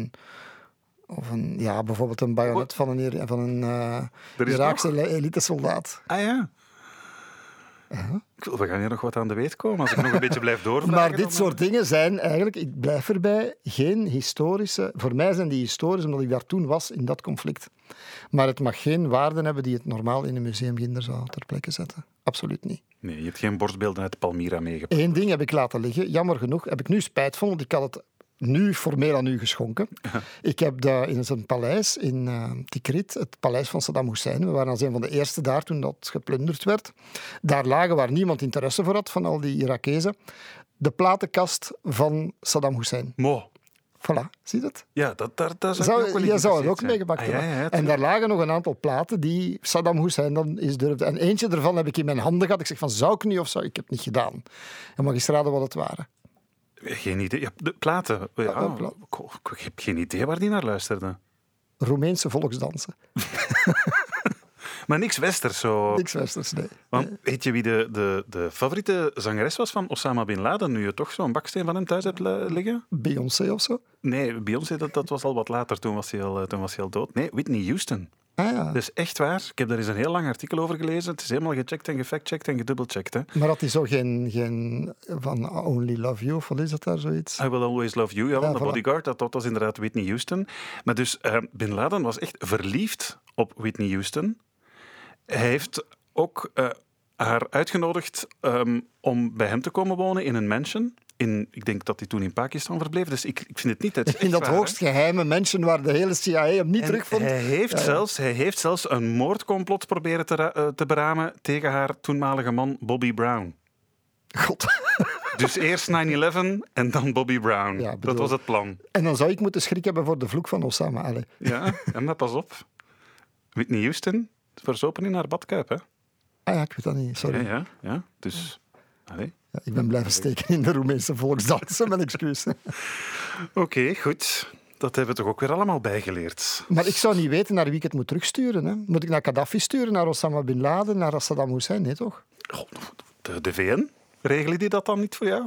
bijvoorbeeld een bajonet van een Iraakse elitesoldaat. Ah ja. Ja. We gaan hier nog wat aan de weet komen, als ik nog een beetje blijf doorvragen. Maar dit soort dingen zijn eigenlijk, ik blijf erbij, geen historische... Voor mij zijn die historisch, omdat ik daar toen was in dat conflict. Maar het mag geen waarden hebben die het normaal in een museum Ginder zou ter plekke zetten. Absoluut niet. Nee, je hebt geen borstbeelden uit Palmyra meegepakt. Eén ding heb ik laten liggen. Jammer genoeg heb ik nu spijt van, want ik had het nu formeel aan u geschonken. Ik heb in zijn paleis in Tikrit, het paleis van Saddam Hussein. We waren als een van de eerste daar toen dat geplunderd werd. Daar lagen, waar niemand interesse voor had, van al die Irakezen, de platenkast van Saddam Hussein. Mo. Voilà, zie je dat? Ja, daar zou je zou het ook meegepakt hebben. Ja, en daar lagen nog een aantal platen die Saddam Hussein dan eens durfde. En eentje ervan heb ik in mijn handen gehad. Ik zeg van, zou ik niet of zou ik heb het niet gedaan. Je mag eens raden wat het waren. Geen idee. Ja, de platen. Ja, ik heb geen idee waar die naar luisterde. Roemeense volksdansen. Maar niks westers zo. Niks westers, nee. Want weet je wie de favoriete zangeres was van Osama Bin Laden, nu je toch zo'n baksteen van hem thuis hebt liggen? Beyoncé of zo? Nee, Beyoncé dat was al wat later. Toen was hij al dood. Nee, Whitney Houston. Ah, ja. Dus echt waar. Ik heb daar eens een heel lang artikel over gelezen. Het is helemaal gecheckt en gefactcheckt en gedubbelcheckt. Hè. Maar had hij zo geen van Only Love You, of wat is dat daar zoiets? I Will Always Love You, ja, van de Bodyguard. Dat was inderdaad Whitney Houston. Maar dus Bin Laden was echt verliefd op Whitney Houston. Hij heeft ook haar uitgenodigd om bij hem te komen wonen in een mansion. Ik denk dat hij toen in Pakistan verbleef, dus ik vind het niet... Het in dat hoogst geheime mansion waar de hele CIA hem niet terugvond. Hij heeft zelfs een moordcomplot proberen te beramen tegen haar toenmalige man Bobby Brown. God. Dus eerst 9/11 en dan Bobby Brown. Ja, dat was het plan. En dan zou ik moeten schrik hebben voor de vloek van Osama. Allez. Ja, maar pas op. Whitney Houston verzopen in haar badkuip, hè? Ah ja, ik weet dat niet, sorry. Ja. Dus... Allez. Ja, ik ben blijven steken in de Roemeense volksdansen, mijn excuus. Oké, goed. Dat hebben we toch ook weer allemaal bijgeleerd. Maar ik zou niet weten naar wie ik het moet terugsturen. Hè? Moet ik naar Gaddafi sturen, naar Osama Bin Laden, naar Saddam Hussein? Nee, toch? De VN? Regelen die dat dan niet voor jou?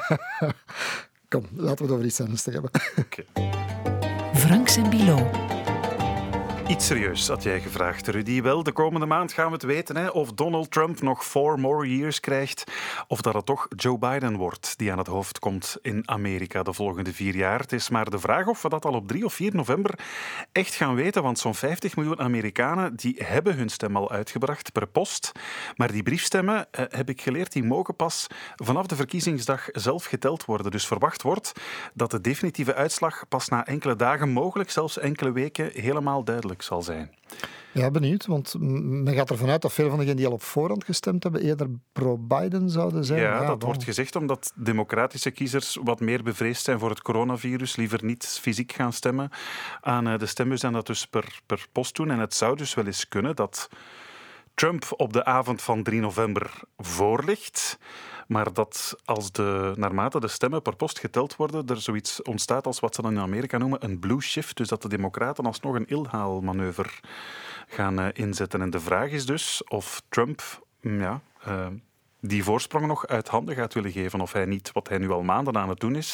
Kom, laten we het over iets anders hebben. Okay. Franks en Bilo. Iets serieus had jij gevraagd, Rudy. Wel, de komende maand gaan we het weten hè, of Donald Trump nog 4 more years krijgt of dat het toch Joe Biden wordt die aan het hoofd komt in Amerika de volgende 4 jaar. Het is maar de vraag of we dat al op 3 of 4 november echt gaan weten, want zo'n 50 miljoen Amerikanen die hebben hun stem al uitgebracht per post. Maar die briefstemmen, heb ik geleerd, die mogen pas vanaf de verkiezingsdag zelf geteld worden. Dus verwacht wordt dat de definitieve uitslag pas na enkele dagen, mogelijk zelfs enkele weken, helemaal duidelijk zal zijn. Ja, benieuwd, want men gaat ervan uit dat veel van degenen die al op voorhand gestemd hebben eerder pro-Biden zouden zijn. Ja, dat wordt gezegd omdat democratische kiezers wat meer bevreesd zijn voor het coronavirus, liever niet fysiek gaan stemmen aan de stembus en dat dus per post doen. En het zou dus wel eens kunnen dat Trump op de avond van 3 november voor ligt, maar dat naarmate de stemmen per post geteld worden, er zoiets ontstaat als wat ze dan in Amerika noemen een blue shift, dus dat de democraten alsnog een inhaalmanoeuvre gaan inzetten. En de vraag is dus of Trump die voorsprong nog uit handen gaat willen geven. Of hij niet, wat hij nu al maanden aan het doen is,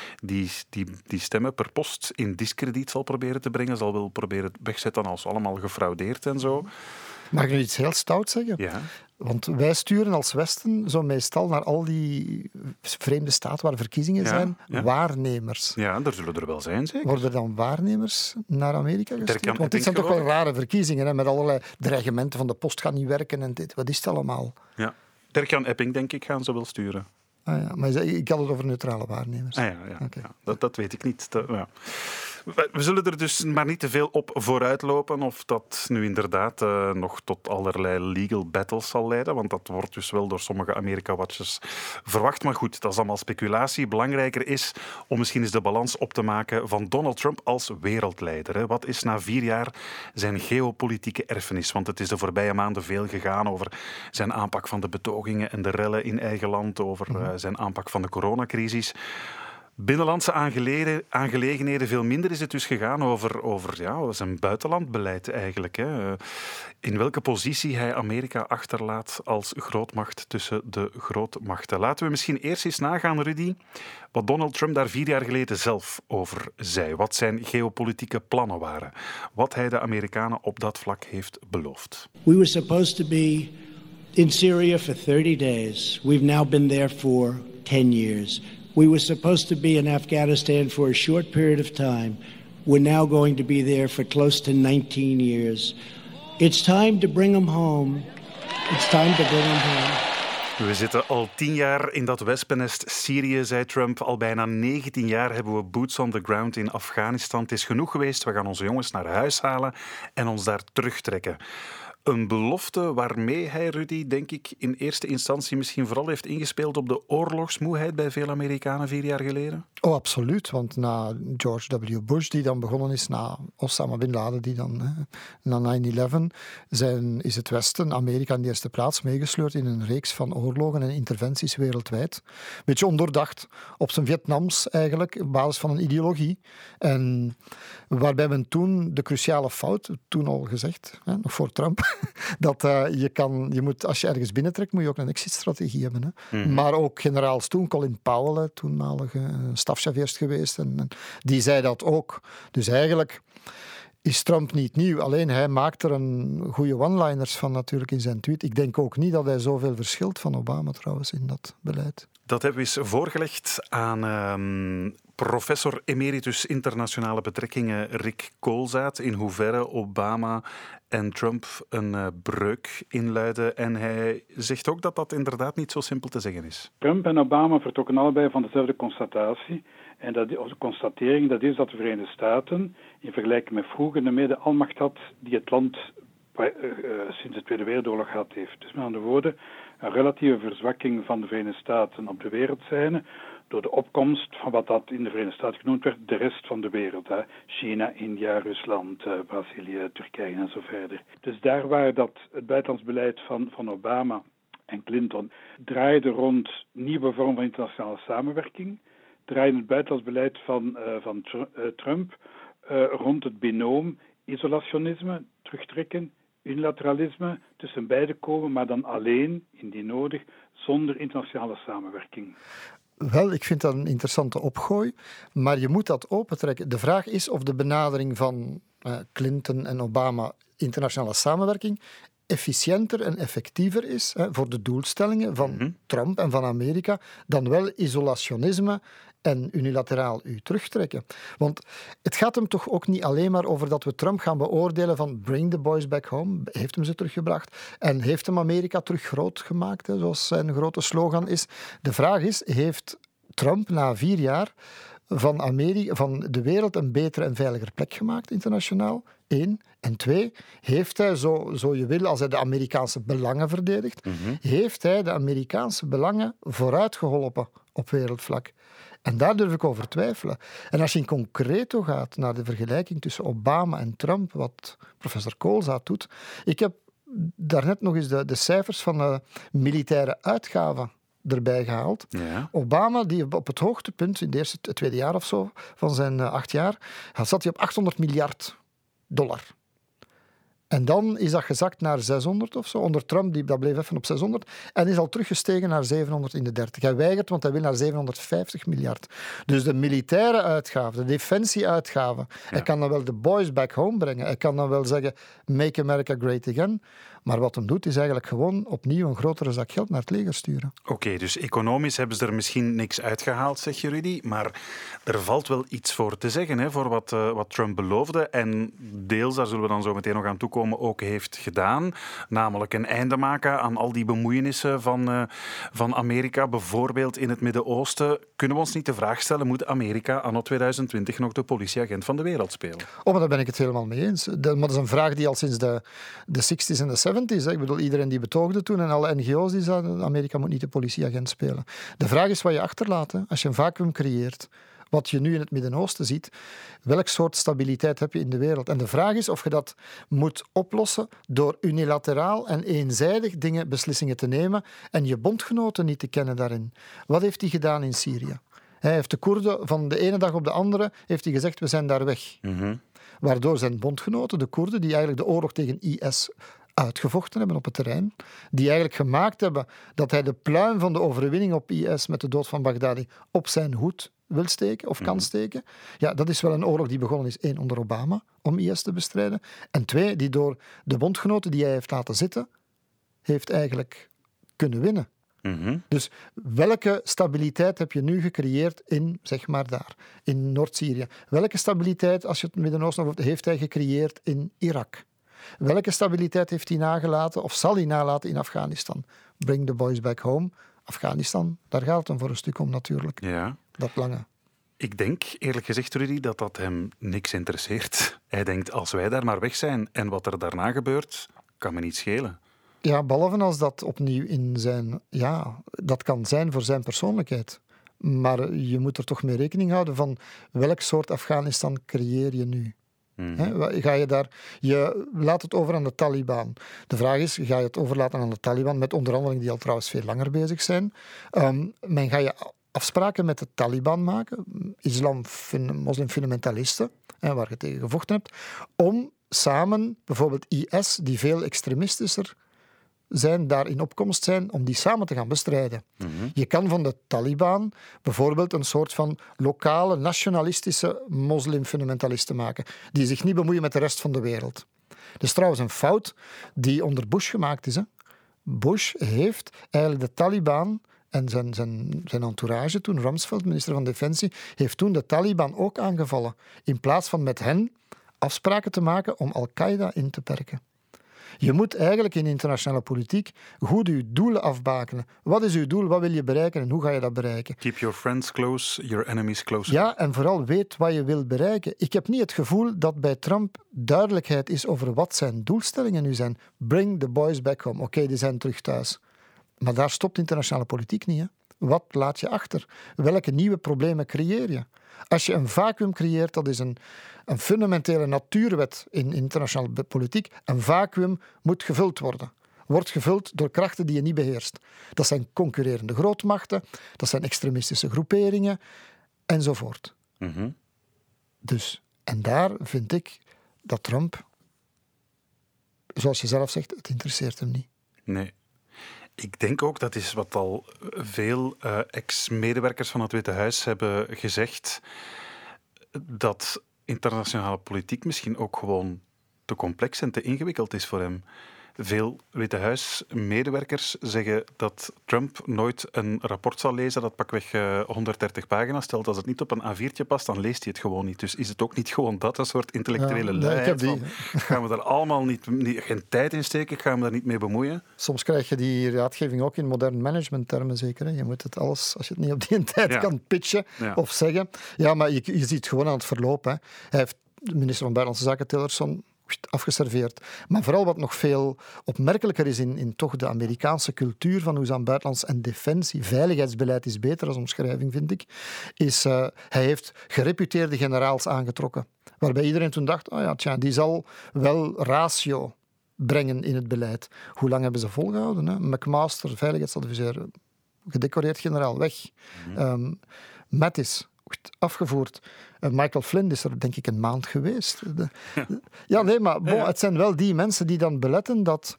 die stemmen per post in diskrediet zal proberen te brengen, zal wel proberen wegzetten als allemaal gefraudeerd en zo. Mag ik nu iets heel stout zeggen? Ja. Want wij sturen als Westen zo meestal naar al die vreemde staten waar verkiezingen zijn, waarnemers. Ja, daar zullen er wel zijn, zeker. Worden er dan waarnemers naar Amerika gestuurd? Want dit zijn toch geloof wel rare verkiezingen, hè, met allerlei dreigementen van de post gaat niet werken en dit. Wat is het allemaal? Ja. Dirk-Jan Epping, denk ik, gaan ze wel sturen. Ah, ja. Maar ik had het over neutrale waarnemers. Ja. Okay. Ja. Dat weet ik niet. We zullen er dus maar niet te veel op vooruitlopen of dat nu inderdaad nog tot allerlei legal battles zal leiden, want dat wordt dus wel door sommige Amerika-watchers verwacht. Maar goed, dat is allemaal speculatie. Belangrijker is om misschien eens de balans op te maken van Donald Trump als wereldleider. Hè. Wat is na 4 jaar zijn geopolitieke erfenis? Want het is de voorbije maanden veel gegaan over zijn aanpak van de betogingen en de rellen in eigen land, over zijn aanpak van de coronacrisis. Binnenlandse aangelegenheden veel minder is het dus gegaan over zijn buitenlandbeleid eigenlijk. Hè. In welke positie hij Amerika achterlaat als grootmacht tussen de grootmachten. Laten we misschien eerst eens nagaan, Rudy, wat Donald Trump daar 4 jaar geleden zelf over zei. Wat zijn geopolitieke plannen waren. Wat hij de Amerikanen op dat vlak heeft beloofd. We were supposed to be in Syria for 30 days. We've now been there for 10 years. We were supposed to be in Afghanistan for a short period of time. We're now going to be there for close to 19 years. It's time to bring them home. It's time to bring them home. We zitten al 10 jaar in dat wespennest Syrië, zei Trump. Al bijna 19 jaar hebben we boots on the ground in Afghanistan. Het is genoeg geweest, we gaan onze jongens naar huis halen en ons daar terugtrekken. Een belofte waarmee hij, Rudy, denk ik, in eerste instantie misschien vooral heeft ingespeeld op de oorlogsmoeheid bij veel Amerikanen 4 jaar geleden? Oh, absoluut. Want na George W. Bush, die dan begonnen is, na Osama Bin Laden, die dan na 9/11, is het Westen, Amerika in de eerste plaats, meegesleurd in een reeks van oorlogen en interventies wereldwijd. Beetje ondoordacht, op zijn Vietnams eigenlijk, op basis van een ideologie. En waarbij men toen de cruciale fout, toen al gezegd, nog voor Trump, dat je moet, als je ergens binnentrekt, moet je ook een exit-strategie hebben. Hè. Mm-hmm. Maar ook generaals toen, Colin Powell, toenmalige stafchef eerst geweest, en die zei dat ook. Dus eigenlijk is Trump niet nieuw. Alleen hij maakt er een goede one-liners van natuurlijk in zijn tweet. Ik denk ook niet dat hij zoveel verschilt van Obama trouwens in dat beleid. Dat hebben we eens voorgelegd aan professor emeritus internationale betrekkingen Rick Koolzaad, in hoeverre Obama en Trump een breuk inluiden. En hij zegt ook dat dat inderdaad niet zo simpel te zeggen is. Trump en Obama vertrokken allebei van dezelfde constatatie. En de constatering dat is dat de Verenigde Staten in vergelijking met vroeger de mede-almacht had die het land sinds de Tweede Wereldoorlog gehad heeft. Dus met andere woorden, een relatieve verzwakking van de Verenigde Staten op de wereldscène door de opkomst van wat dat in de Verenigde Staten genoemd werd, de rest van de wereld. Hè. China, India, Rusland, Brazilië, Turkije en zo verder. Dus daar waar dat het buitenlands beleid van Obama en Clinton draaide rond nieuwe vormen van internationale samenwerking, draaide het buitenlands beleid van Trump rond het binoom isolationisme, terugtrekken, unilateralisme, tussen beide komen, maar dan alleen, indien nodig, zonder internationale samenwerking. Wel, ik vind dat een interessante opgooi, maar je moet dat opentrekken. De vraag is of de benadering van Clinton en Obama, internationale samenwerking, efficiënter en effectiever is voor de doelstellingen van Trump en van Amerika dan wel isolationisme en unilateraal u terugtrekken. Want het gaat hem toch ook niet alleen maar over dat we Trump gaan beoordelen van bring the boys back home, heeft hem ze teruggebracht en heeft hem Amerika terug groot gemaakt, zoals zijn grote slogan is. De vraag is, heeft Trump na 4 jaar van de wereld een betere en veiliger plek gemaakt internationaal? 1. En 2, heeft hij, zo je wil, als hij de Amerikaanse belangen verdedigt, heeft hij de Amerikaanse belangen vooruitgeholpen op wereldvlak? En daar durf ik over twijfelen. En als je in concreto gaat naar de vergelijking tussen Obama en Trump, wat professor Koolzaad doet, ik heb daarnet nog eens de cijfers van de militaire uitgaven erbij gehaald. Ja. Obama, die op het hoogtepunt in het tweede jaar of zo van zijn 8 jaar, zat hij op $800 miljard. En dan is dat gezakt naar 600 of zo. Onder Trump, dat bleef even op 600. En is al teruggestegen naar 700 in de 30. Hij weigert, want hij wil naar 750 miljard. Dus de militaire uitgaven, de defensieuitgaven. Ja. Hij kan dan wel de boys back home brengen. Hij kan dan wel zeggen, make America great again. Maar wat hem doet, is eigenlijk gewoon opnieuw een grotere zak geld naar het leger sturen. Oké, dus economisch hebben ze er misschien niks uitgehaald, zeg je, Rudy. Maar er valt wel iets voor te zeggen, hè, voor wat Trump beloofde. En deels, daar zullen we dan zo meteen nog aan toekomen, ook heeft gedaan. Namelijk een einde maken aan al die bemoeienissen van Amerika, bijvoorbeeld in het Midden-Oosten. Kunnen we ons niet de vraag stellen, moet Amerika anno 2020 nog de politieagent van de wereld spelen? Oh, maar daar ben ik het helemaal mee eens. Maar dat is een vraag die al sinds de 60s en de 70s, ik bedoel, iedereen die betoogde toen en alle NGO's die zeiden, Amerika moet niet de politieagent spelen. De vraag is wat je achterlaat. Hè. Als je een vacuüm creëert, wat je nu in het Midden-Oosten ziet, welk soort stabiliteit heb je in de wereld? En de vraag is of je dat moet oplossen door unilateraal en eenzijdig beslissingen te nemen en je bondgenoten niet te kennen daarin. Wat heeft hij gedaan in Syrië? Hij heeft de Koerden van de ene dag op de andere heeft hij gezegd, we zijn daar weg. Mm-hmm. Waardoor zijn bondgenoten, de Koerden, die eigenlijk de oorlog tegen IS uitgevochten hebben op het terrein, die eigenlijk gemaakt hebben dat hij de pluim van de overwinning op IS met de dood van Baghdadi op zijn hoed wil steken of kan steken. Ja, dat is wel een oorlog die begonnen is, 1, onder Obama, om IS te bestrijden. En 2, die door de bondgenoten die hij heeft laten zitten, heeft eigenlijk kunnen winnen. Mm-hmm. Dus welke stabiliteit heb je nu gecreëerd in, zeg maar daar, in Noord-Syrië? Welke stabiliteit, als je het Midden-Oosten over heeft hij gecreëerd in Irak? Welke stabiliteit heeft hij nagelaten of zal hij nalaten in Afghanistan? Bring the boys back home. Afghanistan, daar gaat het hem voor een stuk om natuurlijk. Ja. Dat lange. Ik denk, eerlijk gezegd, Rudy, dat hem niks interesseert. Hij denkt, als wij daar maar weg zijn en wat er daarna gebeurt, kan me niet schelen. Ja, behalve als dat opnieuw in zijn... Ja, dat kan zijn voor zijn persoonlijkheid. Maar je moet er toch mee rekening houden van welk soort Afghanistan creëer je nu? Ga je daar... Je laat het over aan de Taliban. De vraag is, ga je het overlaten aan de Taliban met onderhandelingen die al trouwens veel langer bezig zijn? Men ga je afspraken met de Taliban maken, moslimfundamentalisten, waar je tegen gevochten hebt, om samen bijvoorbeeld IS, die veel extremistischer zijn, daar in opkomst zijn, om die samen te gaan bestrijden. Mm-hmm. Je kan van de Taliban bijvoorbeeld een soort van lokale, nationalistische moslimfundamentalisten maken, die zich niet bemoeien met de rest van de wereld. Dat is trouwens een fout die onder Bush gemaakt is. Hè. Bush heeft eigenlijk de Taliban en zijn entourage toen, Rumsfeld, minister van Defensie, heeft toen de Taliban ook aangevallen, in plaats van met hen afspraken te maken om Al-Qaeda in te perken. Je moet eigenlijk in internationale politiek goed je doelen afbakenen. Wat is uw doel, wat wil je bereiken en hoe ga je dat bereiken? Keep your friends close, your enemies closer. Ja, en vooral weet wat je wil bereiken. Ik heb niet het gevoel dat bij Trump duidelijkheid is over wat zijn doelstellingen nu zijn. Bring the boys back home. Oké, die zijn terug thuis. Maar daar stopt internationale politiek niet. Hè? Wat laat je achter? Welke nieuwe problemen creëer je? Als je een vacuüm creëert, dat is een fundamentele natuurwet in internationale politiek. Een vacuüm moet gevuld worden. Wordt gevuld door krachten die je niet beheerst. Dat zijn concurrerende grootmachten, dat zijn extremistische groeperingen, enzovoort. Mm-hmm. Dus, en daar vind ik dat Trump, zoals je zelf zegt, het interesseert hem niet. Nee. Ik denk ook, dat is wat al veel ex-medewerkers van het Witte Huis hebben gezegd, dat internationale politiek misschien ook gewoon te complex en te ingewikkeld is voor hem. Veel Witte Huis-medewerkers zeggen dat Trump nooit een rapport zal lezen dat pakweg 130 pagina's stelt. Als het niet op een A4'tje past, dan leest hij het gewoon niet. Dus is het ook niet gewoon dat, een soort intellectuele luiheid? Gaan we daar allemaal geen tijd in steken? Gaan we daar niet mee bemoeien? Soms krijg je die raadgeving ook in modern managementtermen zeker. Hè? Je moet het alles, als je het niet op die tijd kan pitchen of zeggen. Ja, maar je ziet het gewoon aan het verloop. Hè. Hij heeft de minister van Buitenlandse Zaken, Tillerson, afgeserveerd. Maar vooral wat nog veel opmerkelijker is in toch de Amerikaanse cultuur van hoe ze aan buitenlands en defensie, veiligheidsbeleid is beter als omschrijving, vind ik, is hij heeft gereputeerde generaals aangetrokken. Waarbij iedereen toen dacht, die zal wel ratio brengen in het beleid. Hoe lang hebben ze volgehouden? Hè? McMaster, veiligheidsadviseur, gedecoreerd generaal, weg. Mattis, afgevoerd. Michael Flynn is er denk ik een maand geweest. Het zijn wel die mensen die dan beletten dat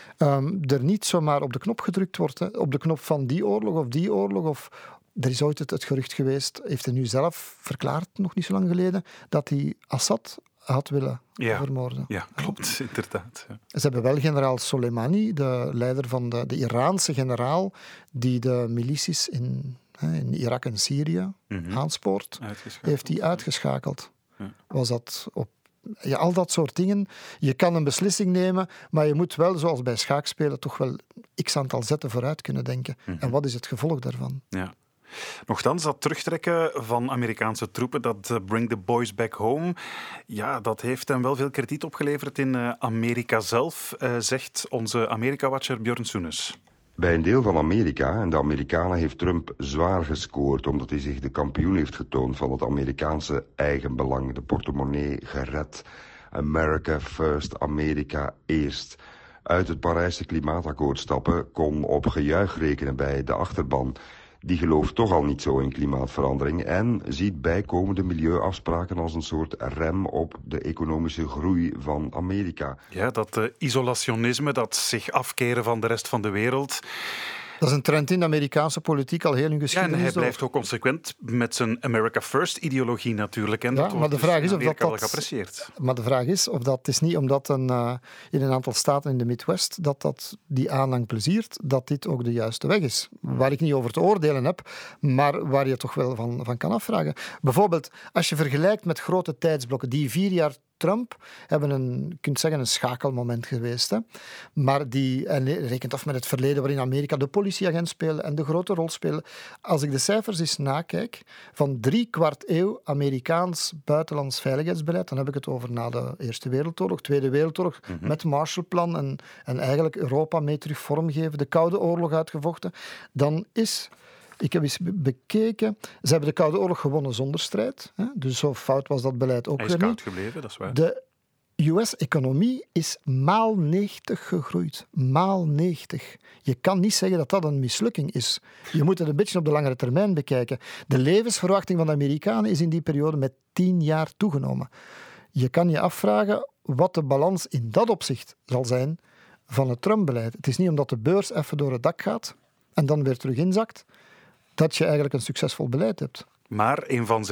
er niet zomaar op de knop gedrukt wordt. Hè. Op de knop van die oorlog of die oorlog. Of er is ooit het gerucht geweest, heeft hij nu zelf verklaard, nog niet zo lang geleden, dat hij Assad had willen vermoorden. Ja, klopt, inderdaad. Ja. Ze hebben wel generaal Soleimani, de leider van de Iraanse generaal, die de milities in Irak en Syrië aanspoort, heeft hij uitgeschakeld. Ja. Was dat op... Ja, al dat soort dingen. Je kan een beslissing nemen, maar je moet wel, zoals bij schaakspelen, toch wel x aantal zetten vooruit kunnen denken. En wat is het gevolg daarvan? Ja. Nochtans, dat terugtrekken van Amerikaanse troepen, dat bring the boys back home, ja, dat heeft hem wel veel krediet opgeleverd in Amerika zelf, zegt onze Amerika-watcher Björn Soenes. Bij een deel van Amerika en de Amerikanen heeft Trump zwaar gescoord omdat hij zich de kampioen heeft getoond van het Amerikaanse eigenbelang, de portemonnee gered. America first, Amerika eerst. Uit het Parijse klimaatakkoord stappen kon op gejuich rekenen bij de achterban. Die gelooft toch al niet zo in klimaatverandering en ziet bijkomende milieuafspraken als een soort rem op de economische groei van Amerika. Ja, dat isolationisme, dat zich afkeren van de rest van de wereld. Dat is een trend in de Amerikaanse politiek al heel in geschiedenis. Ja, en hij blijft ook consequent met zijn America First-ideologie natuurlijk. En dat maar de vraag is of dat wel geapprecieerd. Maar de vraag is of dat is niet omdat in een aantal staten in de Midwest dat die aanhang pleziert, dat dit ook de juiste weg is. Waar ik niet over te oordelen heb, maar waar je toch wel van kan afvragen. Bijvoorbeeld, als je vergelijkt met grote tijdsblokken, die 4 jaar Trump hebben je kunt zeggen, een schakelmoment geweest. Hè? Maar die rekent af met het verleden waarin Amerika de politieagent speelde en de grote rol speelde. Als ik de cijfers eens nakijk, van 3/4 eeuw Amerikaans buitenlands veiligheidsbeleid, dan heb ik het over na de Eerste Wereldoorlog, Tweede Wereldoorlog, met Marshallplan en eigenlijk Europa mee terug vormgeven, de Koude Oorlog uitgevochten, dan is... Ik heb eens bekeken. Ze hebben de Koude Oorlog gewonnen zonder strijd. Hè? Dus zo fout was dat beleid ook weer niet. Hij is koud gebleven, dat is waar. De US-economie is maal 90 gegroeid. Maal 90. Je kan niet zeggen dat dat een mislukking is. Je moet het een beetje op de langere termijn bekijken. De levensverwachting van de Amerikanen is in die periode met 10 jaar toegenomen. Je kan je afvragen wat de balans in dat opzicht zal zijn van het Trump-beleid. Het is niet omdat de beurs even door het dak gaat en dan weer terug inzakt, dat je eigenlijk een succesvol beleid hebt. Maar een van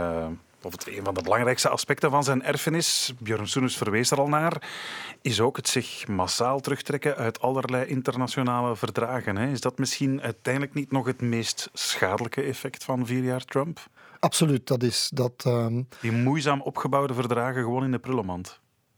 de belangrijkste aspecten van zijn erfenis, Björn Soenes verwees er al naar, is ook het zich massaal terugtrekken uit allerlei internationale verdragen. Hè? Is dat misschien uiteindelijk niet nog het meest schadelijke effect van 4 jaar Trump? Absoluut, dat is dat... Die moeizaam opgebouwde verdragen gewoon in de prullenmand.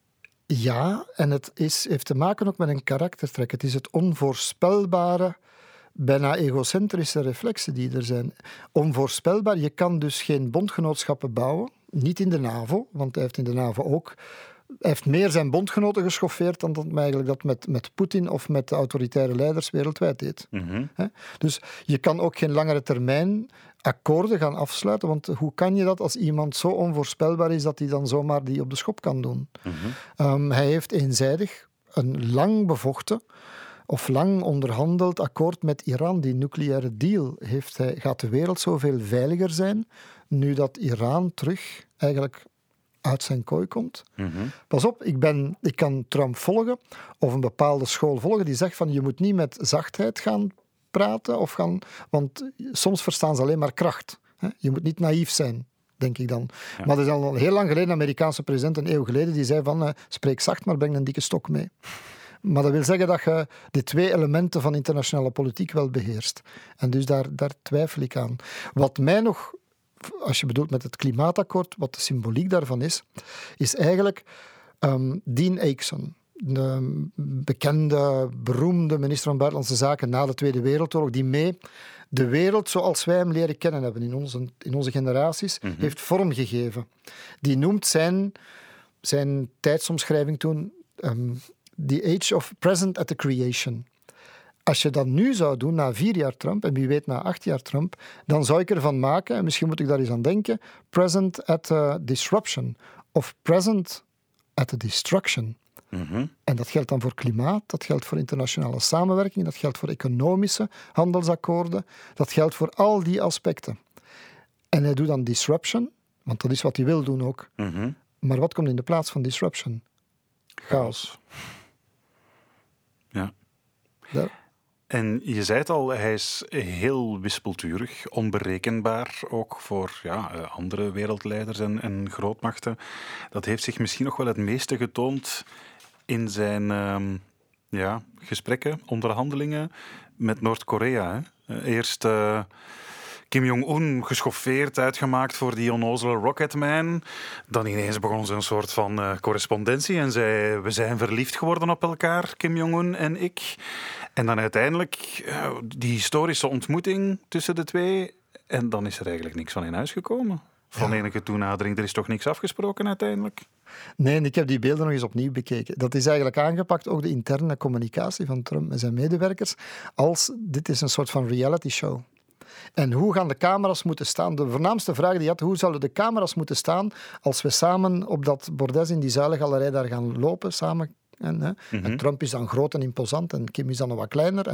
Ja, en het heeft te maken ook met een karaktertrek. Het is het onvoorspelbare, bijna egocentrische reflexen die er zijn. Onvoorspelbaar, je kan dus geen bondgenootschappen bouwen. Niet in de NAVO, want hij heeft in de NAVO ook... Hij heeft meer zijn bondgenoten geschoffeerd dan dat eigenlijk dat met Poetin of met de autoritaire leiders wereldwijd deed. Dus je kan ook geen langere termijn akkoorden gaan afsluiten, want hoe kan je dat als iemand zo onvoorspelbaar is dat hij dan zomaar die op de schop kan doen? Hij heeft eenzijdig een lang bevochten of lang onderhandeld akkoord met Iran. Die nucleaire deal gaat de wereld zoveel veiliger zijn nu dat Iran terug eigenlijk uit zijn kooi komt. Pas op, ik kan Trump volgen of een bepaalde school volgen die zegt van je moet niet met zachtheid gaan praten want soms verstaan ze alleen maar kracht. Je moet niet naïef zijn, denk ik dan. Ja. Maar er is al heel lang geleden een Amerikaanse president, een eeuw geleden, die zei van spreek zacht, maar breng een dikke stok mee. Maar dat wil zeggen dat je de 2 elementen van internationale politiek wel beheerst. En dus daar twijfel ik aan. Wat mij nog, als je bedoelt met het klimaatakkoord, wat de symboliek daarvan is eigenlijk Dean Acheson, de bekende, beroemde minister van Buitenlandse Zaken na de Tweede Wereldoorlog, die mee de wereld zoals wij hem leren kennen hebben in onze generaties, heeft vormgegeven. Die noemt zijn tijdsomschrijving toen The Age of Present at the Creation. Als je dat nu zou doen, na 4 jaar Trump, en wie weet na 8 jaar Trump, dan zou ik ervan maken, en misschien moet ik daar eens aan denken, present at the disruption, of present at the destruction. En dat geldt dan voor klimaat, dat geldt voor internationale samenwerking, dat geldt voor economische handelsakkoorden, dat geldt voor al die aspecten. En hij doet dan disruption, want dat is wat hij wil doen ook. Mm-hmm. Maar wat komt in de plaats van disruption? Chaos. Ja. Daar. En je zei het al, hij is heel wispelturig, onberekenbaar, ook voor andere wereldleiders en grootmachten. Dat heeft zich misschien nog wel het meeste getoond in zijn gesprekken, onderhandelingen met Noord-Korea. Eerst Kim Jong-un geschoffeerd, uitgemaakt voor die onnozele Rocketman. Dan ineens begon ze een soort van correspondentie en zei, we zijn verliefd geworden op elkaar, Kim Jong-un en ik. En dan uiteindelijk die historische ontmoeting tussen de twee. En dan is er eigenlijk niks van in huis gekomen. Van enige toenadering. Er is toch niks afgesproken uiteindelijk? Nee, en ik heb die beelden nog eens opnieuw bekeken. Dat is eigenlijk aangepakt, ook de interne communicatie van Trump en zijn medewerkers, als dit is een soort van reality show. En hoe gaan de camera's moeten staan? De voornaamste vraag die je had, hoe zouden de camera's moeten staan als we samen op dat bordes in die zuilengalerij daar gaan lopen, samen. En Trump is dan groot en imposant en Kim is dan nog wat kleiner.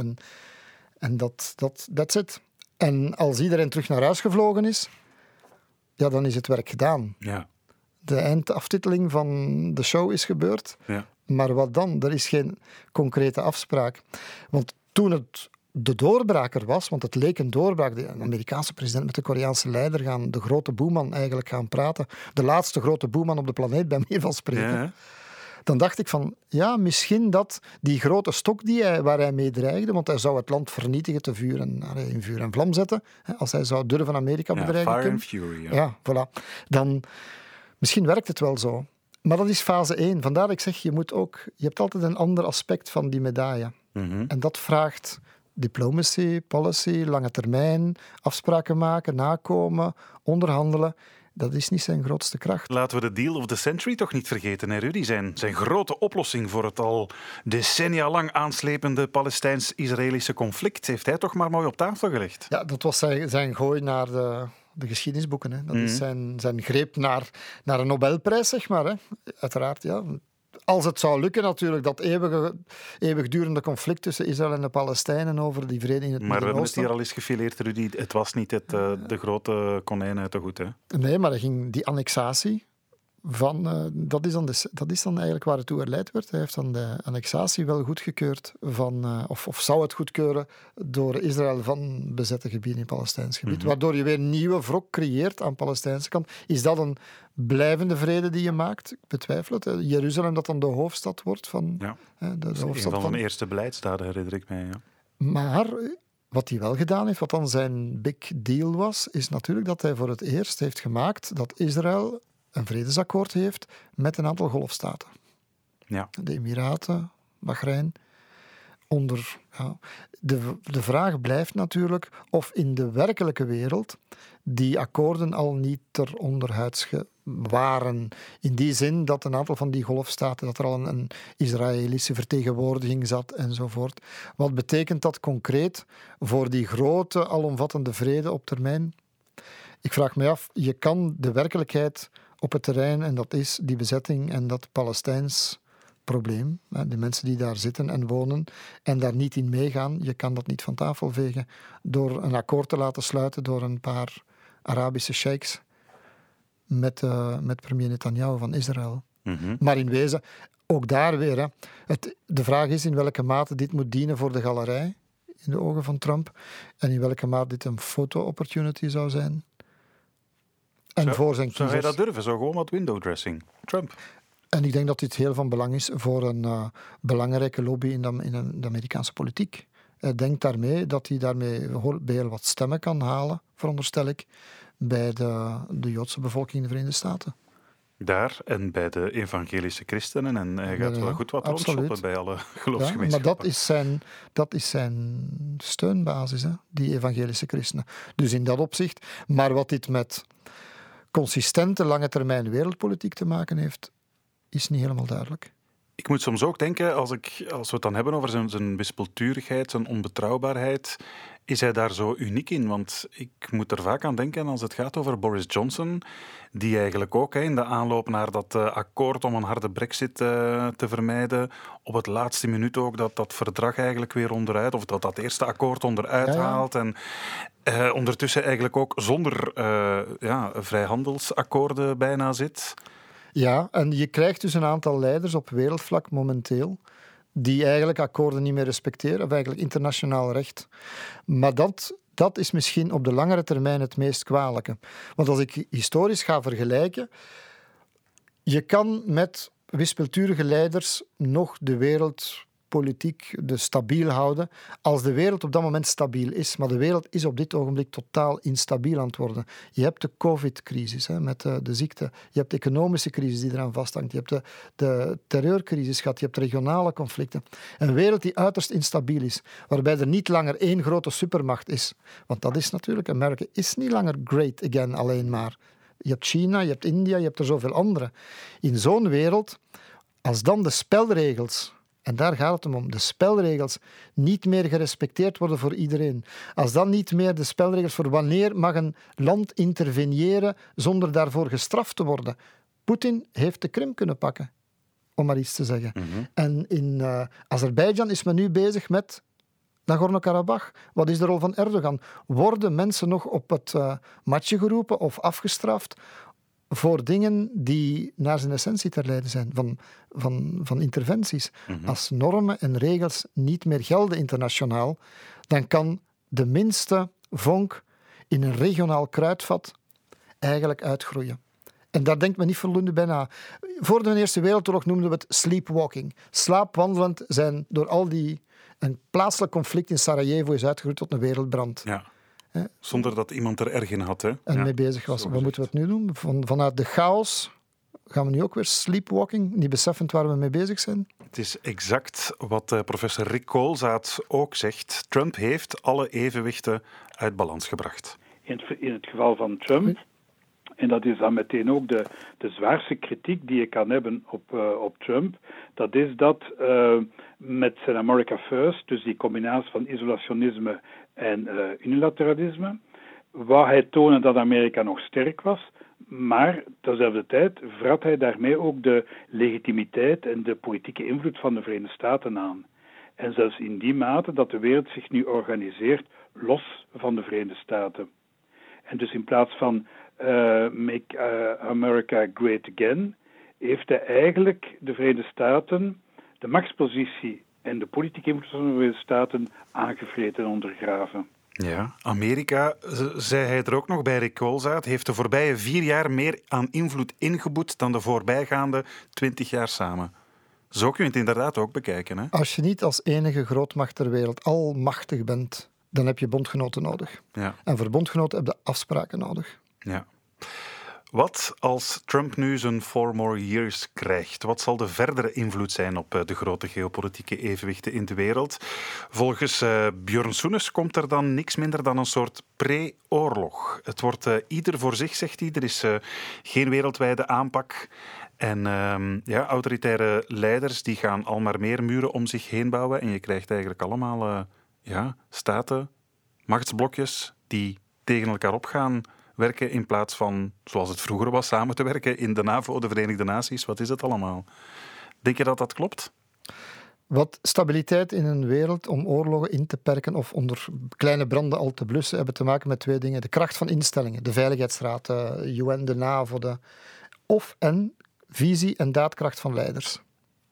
En that's it. En als iedereen terug naar huis gevlogen is, ja, dan is het werk gedaan. Ja. De eindaftiteling van de show is gebeurd. Ja. Maar wat dan? Er is geen concrete afspraak. Want toen het de doorbraker was, want het leek een doorbraak, de Amerikaanse president met de Koreaanse leider gaan de grote boeman eigenlijk gaan praten. De laatste grote boeman op de planeet, bij mij van spreken. Ja. Dan dacht ik van, ja, misschien dat die grote stok waar hij mee dreigde, want hij zou het land vernietigen, in vuur en vlam zetten, als hij zou durven Amerika bedreigen. Fire and fury. Ja, voilà. Dan, misschien werkt het wel zo. Maar dat is fase 1. Vandaar dat ik zeg, je hebt altijd een ander aspect van die medaille. Mm-hmm. En dat vraagt diplomacy, policy, lange termijn, afspraken maken, nakomen, onderhandelen. Dat is niet zijn grootste kracht. Laten we de deal of the century toch niet vergeten, hè, Rudy? Zijn grote oplossing voor het al decennia lang aanslepende Palestijns-Israëlische conflict heeft hij toch maar mooi op tafel gelegd. Ja, dat was zijn gooi naar de geschiedenisboeken. Hè. Dat is zijn greep naar een Nobelprijs, zeg maar. Hè. Uiteraard, ja. Als het zou lukken natuurlijk, dat eeuwigdurende conflict tussen Israël en de Palestijnen over die vrede in het Midden-Oosten. Maar we hebben het hier al eens gefileerd, Rudy. Het was niet de grote konijn uit de hoed, hè? Nee, maar er ging die annexatie van... dat is dan eigenlijk waar het toe herleid werd. Hij heeft dan de annexatie wel goedgekeurd van... Of zou het goedkeuren door Israël van bezette gebieden in Palestijns gebied. Mm-hmm. Waardoor je weer een nieuwe wrok creëert aan Palestijnse kant. Is dat een blijvende vrede die je maakt? Ik betwijfel het. Jeruzalem dat dan de hoofdstad wordt van... Ja. De hoofdstad een van de eerste beleidsdaden, herinner ik mij. Ja. Maar... Wat hij wel gedaan heeft, wat dan zijn big deal was, is natuurlijk dat hij voor het eerst heeft gemaakt dat Israël een vredesakkoord heeft met een aantal golfstaten. Ja. De Emiraten, Bahrein. De vraag blijft natuurlijk of in de werkelijke wereld die akkoorden al niet ter onderhuids waren. In die zin dat een aantal van die golfstaten, dat er al een Israëlische vertegenwoordiging zat enzovoort. Wat betekent dat concreet voor die grote, alomvattende vrede op termijn? Ik vraag me af, je kan de werkelijkheid op het terrein, en dat is die bezetting en dat Palestijns probleem, de mensen die daar zitten en wonen en daar niet in meegaan, je kan dat niet van tafel vegen door een akkoord te laten sluiten door een paar Arabische sheiks met premier Netanyahu van Israël. Mm-hmm. Maar in wezen, ook daar weer, de vraag is in welke mate dit moet dienen voor de galerij, in de ogen van Trump, en in welke mate dit een foto-opportunity zou zijn. En voor zijn kiezers. Zou hij dat durven? Zo gewoon wat window dressing? Trump? En ik denk dat dit heel van belang is voor een belangrijke lobby in de Amerikaanse politiek. Hij denkt daarmee dat hij daarmee heel wat stemmen kan halen, veronderstel ik, bij de Joodse bevolking in de Verenigde Staten. Daar en bij de evangelische christenen. En hij gaat wel goed wat rondshoppen bij alle geloofsgemeenschappen. Maar dat is zijn steunbasis, hè, die evangelische christenen. Dus in dat opzicht. Maar wat dit met consistente lange termijn wereldpolitiek te maken heeft, is niet helemaal duidelijk. Ik moet soms ook denken, als we het dan hebben over zijn wispelturigheid, zijn onbetrouwbaarheid, is hij daar zo uniek in? Want ik moet er vaak aan denken als het gaat over Boris Johnson, die eigenlijk ook in de aanloop naar dat akkoord om een harde brexit te vermijden, op het laatste minuut ook dat verdrag eigenlijk weer onderuit, of dat eerste akkoord onderuit haalt. En ondertussen eigenlijk ook zonder vrijhandelsakkoorden bijna zit. Ja, en je krijgt dus een aantal leiders op wereldvlak momenteel die eigenlijk akkoorden niet meer respecteren, of eigenlijk internationaal recht. Maar dat is misschien op de langere termijn het meest kwalijke. Want als ik historisch ga vergelijken, je kan met wispelturige leiders nog de wereldpolitiek stabiel houden, als de wereld op dat moment stabiel is. Maar de wereld is op dit ogenblik totaal instabiel aan het worden. Je hebt de COVID-crisis met de ziekte. Je hebt de economische crisis die eraan vasthangt. Je hebt de terreurcrisis gehad. Je hebt regionale conflicten. Een wereld die uiterst instabiel is, waarbij er niet langer één grote supermacht is. Want dat is natuurlijk, Amerika is niet langer great again alleen maar. Je hebt China, je hebt India, je hebt er zoveel andere. In zo'n wereld, als dan de spelregels, en daar gaat het om, de spelregels niet meer gerespecteerd worden voor iedereen. Als dan niet meer de spelregels voor wanneer mag een land interveneren zonder daarvoor gestraft te worden. Poetin heeft de Krim kunnen pakken, om maar iets te zeggen. Mm-hmm. En in Azerbeidzjan is men nu bezig met Nagorno-Karabakh. Wat is de rol van Erdogan? Worden mensen nog op het matje geroepen of afgestraft voor dingen die naar zijn essentie ter leiden zijn, van interventies? Mm-hmm. Als normen en regels niet meer gelden internationaal, dan kan de minste vonk in een regionaal kruidvat eigenlijk uitgroeien. En daar denkt men niet voldoende bij na. Voor de Eerste Wereldoorlog noemden we het sleepwalking. Slaapwandelend zijn door al die... Een plaatselijk conflict in Sarajevo is uitgegroeid tot een wereldbrand. Ja. Zonder dat iemand er erg in had. Hè? En mee bezig was. Wat moeten we het nu doen? Vanuit de chaos gaan we nu ook weer sleepwalking, niet beseffend waar we mee bezig zijn. Het is exact wat professor Rick Koolzaad ook zegt. Trump heeft alle evenwichten uit balans gebracht. In het geval van Trump, en dat is dan meteen ook de zwaarste kritiek die je kan hebben op Trump, dat is dat met zijn America First, dus die combinatie van isolationisme en unilateralisme, wou hij tonen dat Amerika nog sterk was, maar tezelfde tijd vrat hij daarmee ook de legitimiteit en de politieke invloed van de Verenigde Staten aan. En zelfs in die mate dat de wereld zich nu organiseert los van de Verenigde Staten. En dus in plaats van Make America Great Again, heeft hij eigenlijk de Verenigde Staten, de machtspositie en de politieke invloed van de Verenigde Staten aangevreten en ondergraven. Ja, Amerika, zei hij er ook nog bij Rick Koolzaad, heeft de voorbije 4 jaar meer aan invloed ingeboet dan de voorbijgaande 20 jaar samen. Zo kun je het inderdaad ook bekijken. Hè? Als je niet als enige grootmacht ter wereld almachtig bent, dan heb je bondgenoten nodig. Ja. En voor bondgenoten heb je afspraken nodig. Ja. Wat als Trump nu zijn 4 more years krijgt? Wat zal de verdere invloed zijn op de grote geopolitieke evenwichten in de wereld? Volgens Björn Soenes komt er dan niks minder dan een soort pre-oorlog. Het wordt ieder voor zich, zegt hij. Er is geen wereldwijde aanpak. En autoritaire leiders die gaan al maar meer muren om zich heen bouwen. En je krijgt eigenlijk allemaal staten, machtsblokjes die tegen elkaar opgaan werken in plaats van, zoals het vroeger was, samen te werken in de NAVO, de Verenigde Naties. Wat is het allemaal? Denk je dat dat klopt? Wat stabiliteit in een wereld om oorlogen in te perken of onder kleine branden al te blussen, hebben te maken met 2 dingen. De kracht van instellingen, de Veiligheidsraad, de UN, de NAVO, en visie en daadkracht van leiders.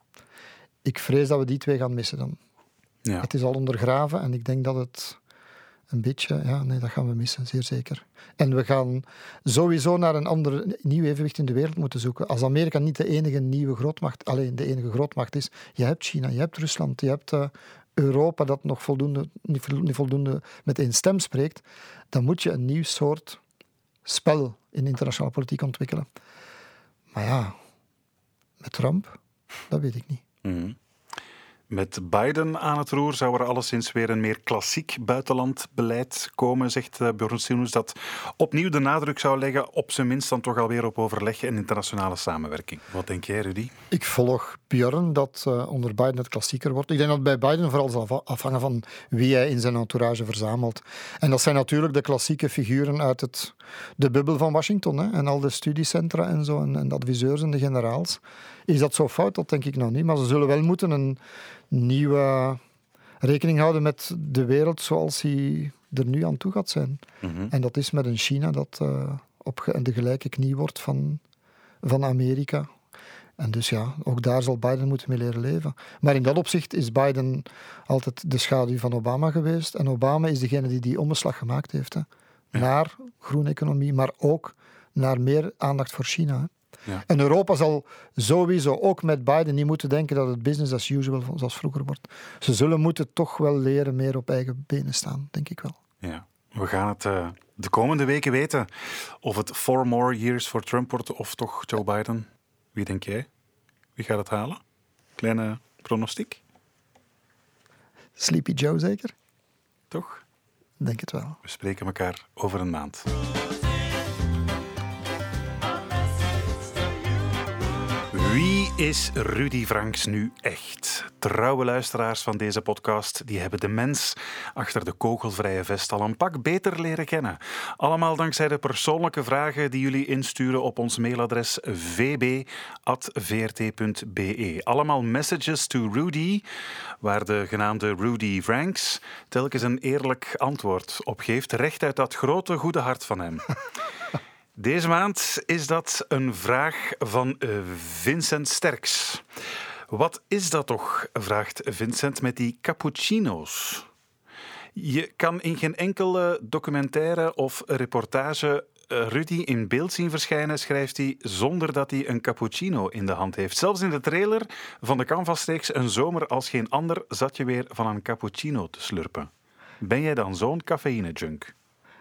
Ik vrees dat we die 2 gaan missen dan. Ja. Het is al ondergraven en ik denk dat het een beetje... dat gaan we missen, zeer zeker. En we gaan sowieso naar een ander nieuw evenwicht in de wereld moeten zoeken. Als Amerika niet de enige nieuwe grootmacht, alleen de enige grootmacht is, je hebt China, je hebt Rusland, je hebt Europa dat nog niet voldoende met 1 stem spreekt, dan moet je een nieuw soort spel in internationale politiek ontwikkelen. Maar ja, met Trump, dat weet ik niet. Mm-hmm. Met Biden aan het roer zou er alleszins weer een meer klassiek buitenlandbeleid komen, zegt Björn Sinus, dat opnieuw de nadruk zou leggen, op zijn minst dan toch alweer op overleg en internationale samenwerking. Wat denk jij, Rudy? Ik volg Björn dat onder Biden het klassieker wordt. Ik denk dat bij Biden vooral zal afhangen van wie hij in zijn entourage verzamelt. En dat zijn natuurlijk de klassieke figuren uit de bubbel van Washington, hè, en al de studiecentra en zo, en de adviseurs en de generaals. Is dat zo fout? Dat denk ik nog niet. Maar ze zullen wel moeten een nieuwe rekening houden met de wereld zoals hij er nu aan toe gaat zijn. Mm-hmm. En dat is met een China dat op de gelijke knie wordt van Amerika. En dus ja, ook daar zal Biden moeten mee leren leven. Maar in dat opzicht is Biden altijd de schaduw van Obama geweest. En Obama is degene die omslag gemaakt heeft. Hè. Ja. Naar groene economie, maar ook naar meer aandacht voor China. Hè. Ja. En Europa zal sowieso ook met Biden niet moeten denken dat het business as usual zoals vroeger wordt. Ze zullen moeten toch wel leren meer op eigen benen staan, denk ik wel. Ja, we gaan het de komende weken weten of het 4 more years voor Trump wordt of toch Joe Biden. Wie denk jij? Wie gaat het halen? Kleine pronostiek? Sleepy Joe zeker? Toch? Denk het wel. We spreken elkaar over een maand. Wie is Rudy Franks nu echt? Trouwe luisteraars van deze podcast die hebben de mens achter de kogelvrije vest al een pak beter leren kennen. Allemaal dankzij de persoonlijke vragen die jullie insturen op ons mailadres vb@vrt.be. Allemaal messages to Rudy, waar de genaamde Rudy Franks telkens een eerlijk antwoord op geeft, recht uit dat grote goede hart van hem. Deze maand is dat een vraag van Vincent Sterks. Wat is dat toch, vraagt Vincent, met die cappuccino's? Je kan in geen enkele documentaire of reportage Rudy in beeld zien verschijnen, schrijft hij, zonder dat hij een cappuccino in de hand heeft. Zelfs in de trailer van de Canvas-reeks Een zomer als geen ander zat je weer van een cappuccino te slurpen. Ben jij dan zo'n cafeïne-junk?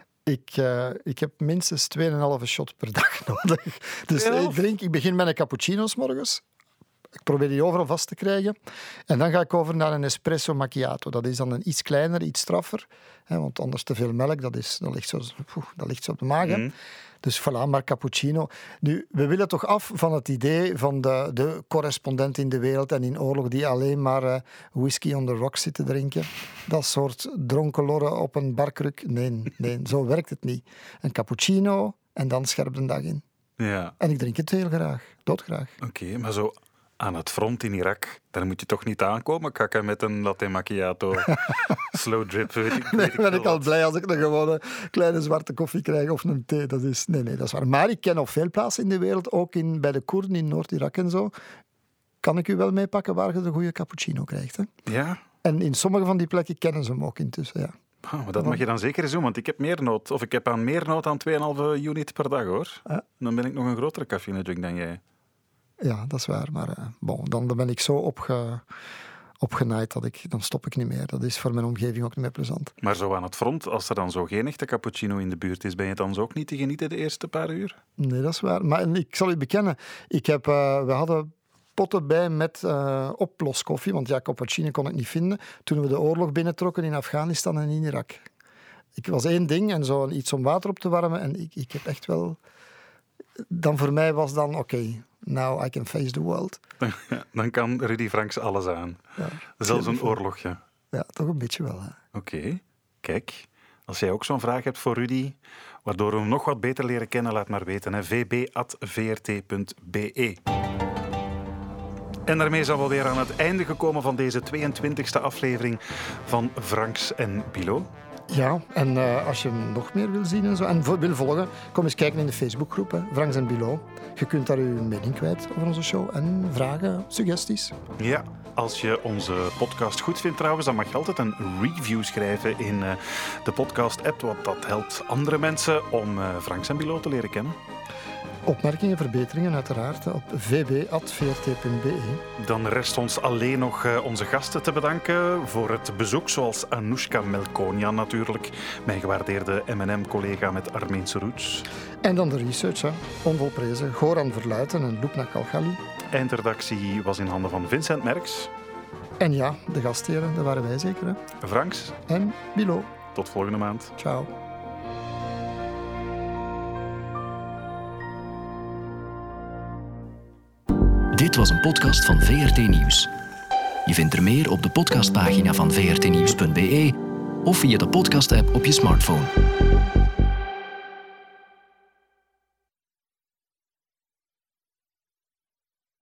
Ik heb minstens 2,5 shot per dag nodig. Dus ik begin met een cappuccino 's morgens. Ik probeer die overal vast te krijgen. En dan ga ik over naar een espresso macchiato. Dat is dan een iets kleiner, iets straffer. Hè, want anders te veel melk, dat ligt zo op de maag. Mm. Dus voilà, maar cappuccino. Nu, we willen toch af van het idee van de correspondent in de wereld en in oorlog die alleen maar whisky on the rocks zit te drinken. Dat soort dronken lorren op een barkruk. Nee, zo werkt het niet. Een cappuccino en dan scherp de dag in. Ja. En ik drink het heel graag, doodgraag. Oké, maar zo aan het front in Irak, daar moet je toch niet aankomen kakken met een latte macchiato, slow drip, weet ik ben ik al blij als ik een gewone kleine zwarte koffie krijg of een thee. Dat is waar. Maar ik ken op veel plaatsen in de wereld, ook bij de Koerden in Noord-Irak en zo, kan ik u wel meepakken waar je de goede cappuccino krijgt. Hè? Ja. En in sommige van die plekken kennen ze hem ook intussen, ja. Oh, maar dat mag je dan zeker eens doen, want ik heb meer nood. Of ik heb aan meer nood dan 2,5 unit per dag, hoor. Dan ben ik nog een grotere cafeïne-drink dan jij. Ja, dat is waar. Maar dan ben ik zo opgenaaid dat dan stop ik niet meer. Dat is voor mijn omgeving ook niet meer plezant. Maar zo aan het front, als er dan zo geen echte cappuccino in de buurt is, ben je dan zo ook niet te genieten de eerste paar uur? Nee, dat is waar. Maar ik zal u bekennen, we hadden potten bij met oploskoffie, want ja, cappuccino kon ik niet vinden toen we de oorlog binnentrokken in Afghanistan en in Irak. Ik was 1 ding en zo iets om water op te warmen en ik heb echt wel... Dan voor mij was dan, oké, now I can face the world. Dan kan Rudy Franks alles aan. Ja, zelfs een oorlogje. Ja, toch een beetje wel. Oké, kijk. Als jij ook zo'n vraag hebt voor Rudy, waardoor we hem nog wat beter leren kennen, laat maar weten. vb@vrt.be. En daarmee zijn we alweer aan het einde gekomen van deze 22e aflevering van Franks en Bilot. Ja, en als je nog meer wil zien en wil volgen, kom eens kijken in de Facebookgroep, Franks en Bilot. Je kunt daar uw mening kwijt over onze show en vragen, suggesties. Ja, als je onze podcast goed vindt trouwens, dan mag je altijd een review schrijven in de podcast-app, want dat helpt andere mensen om Franks en Bilot te leren kennen. Opmerkingen, verbeteringen uiteraard op vb@vrt.be. Dan rest ons alleen nog onze gasten te bedanken voor het bezoek, zoals Anoushka Melkonian natuurlijk, mijn gewaardeerde M&M-collega met Armeense roots. En dan de research, onvolprezen, Goran Verluiten en Lubna Kalgali. Eindredactie was in handen van Vincent Merks. En ja, de gastheren, dat waren wij zeker. Hè? Franks. En Bilo. Tot volgende maand. Ciao. Dit was een podcast van VRT Nieuws. Je vindt er meer op de podcastpagina van vrtnieuws.be of via de podcast-app op je smartphone.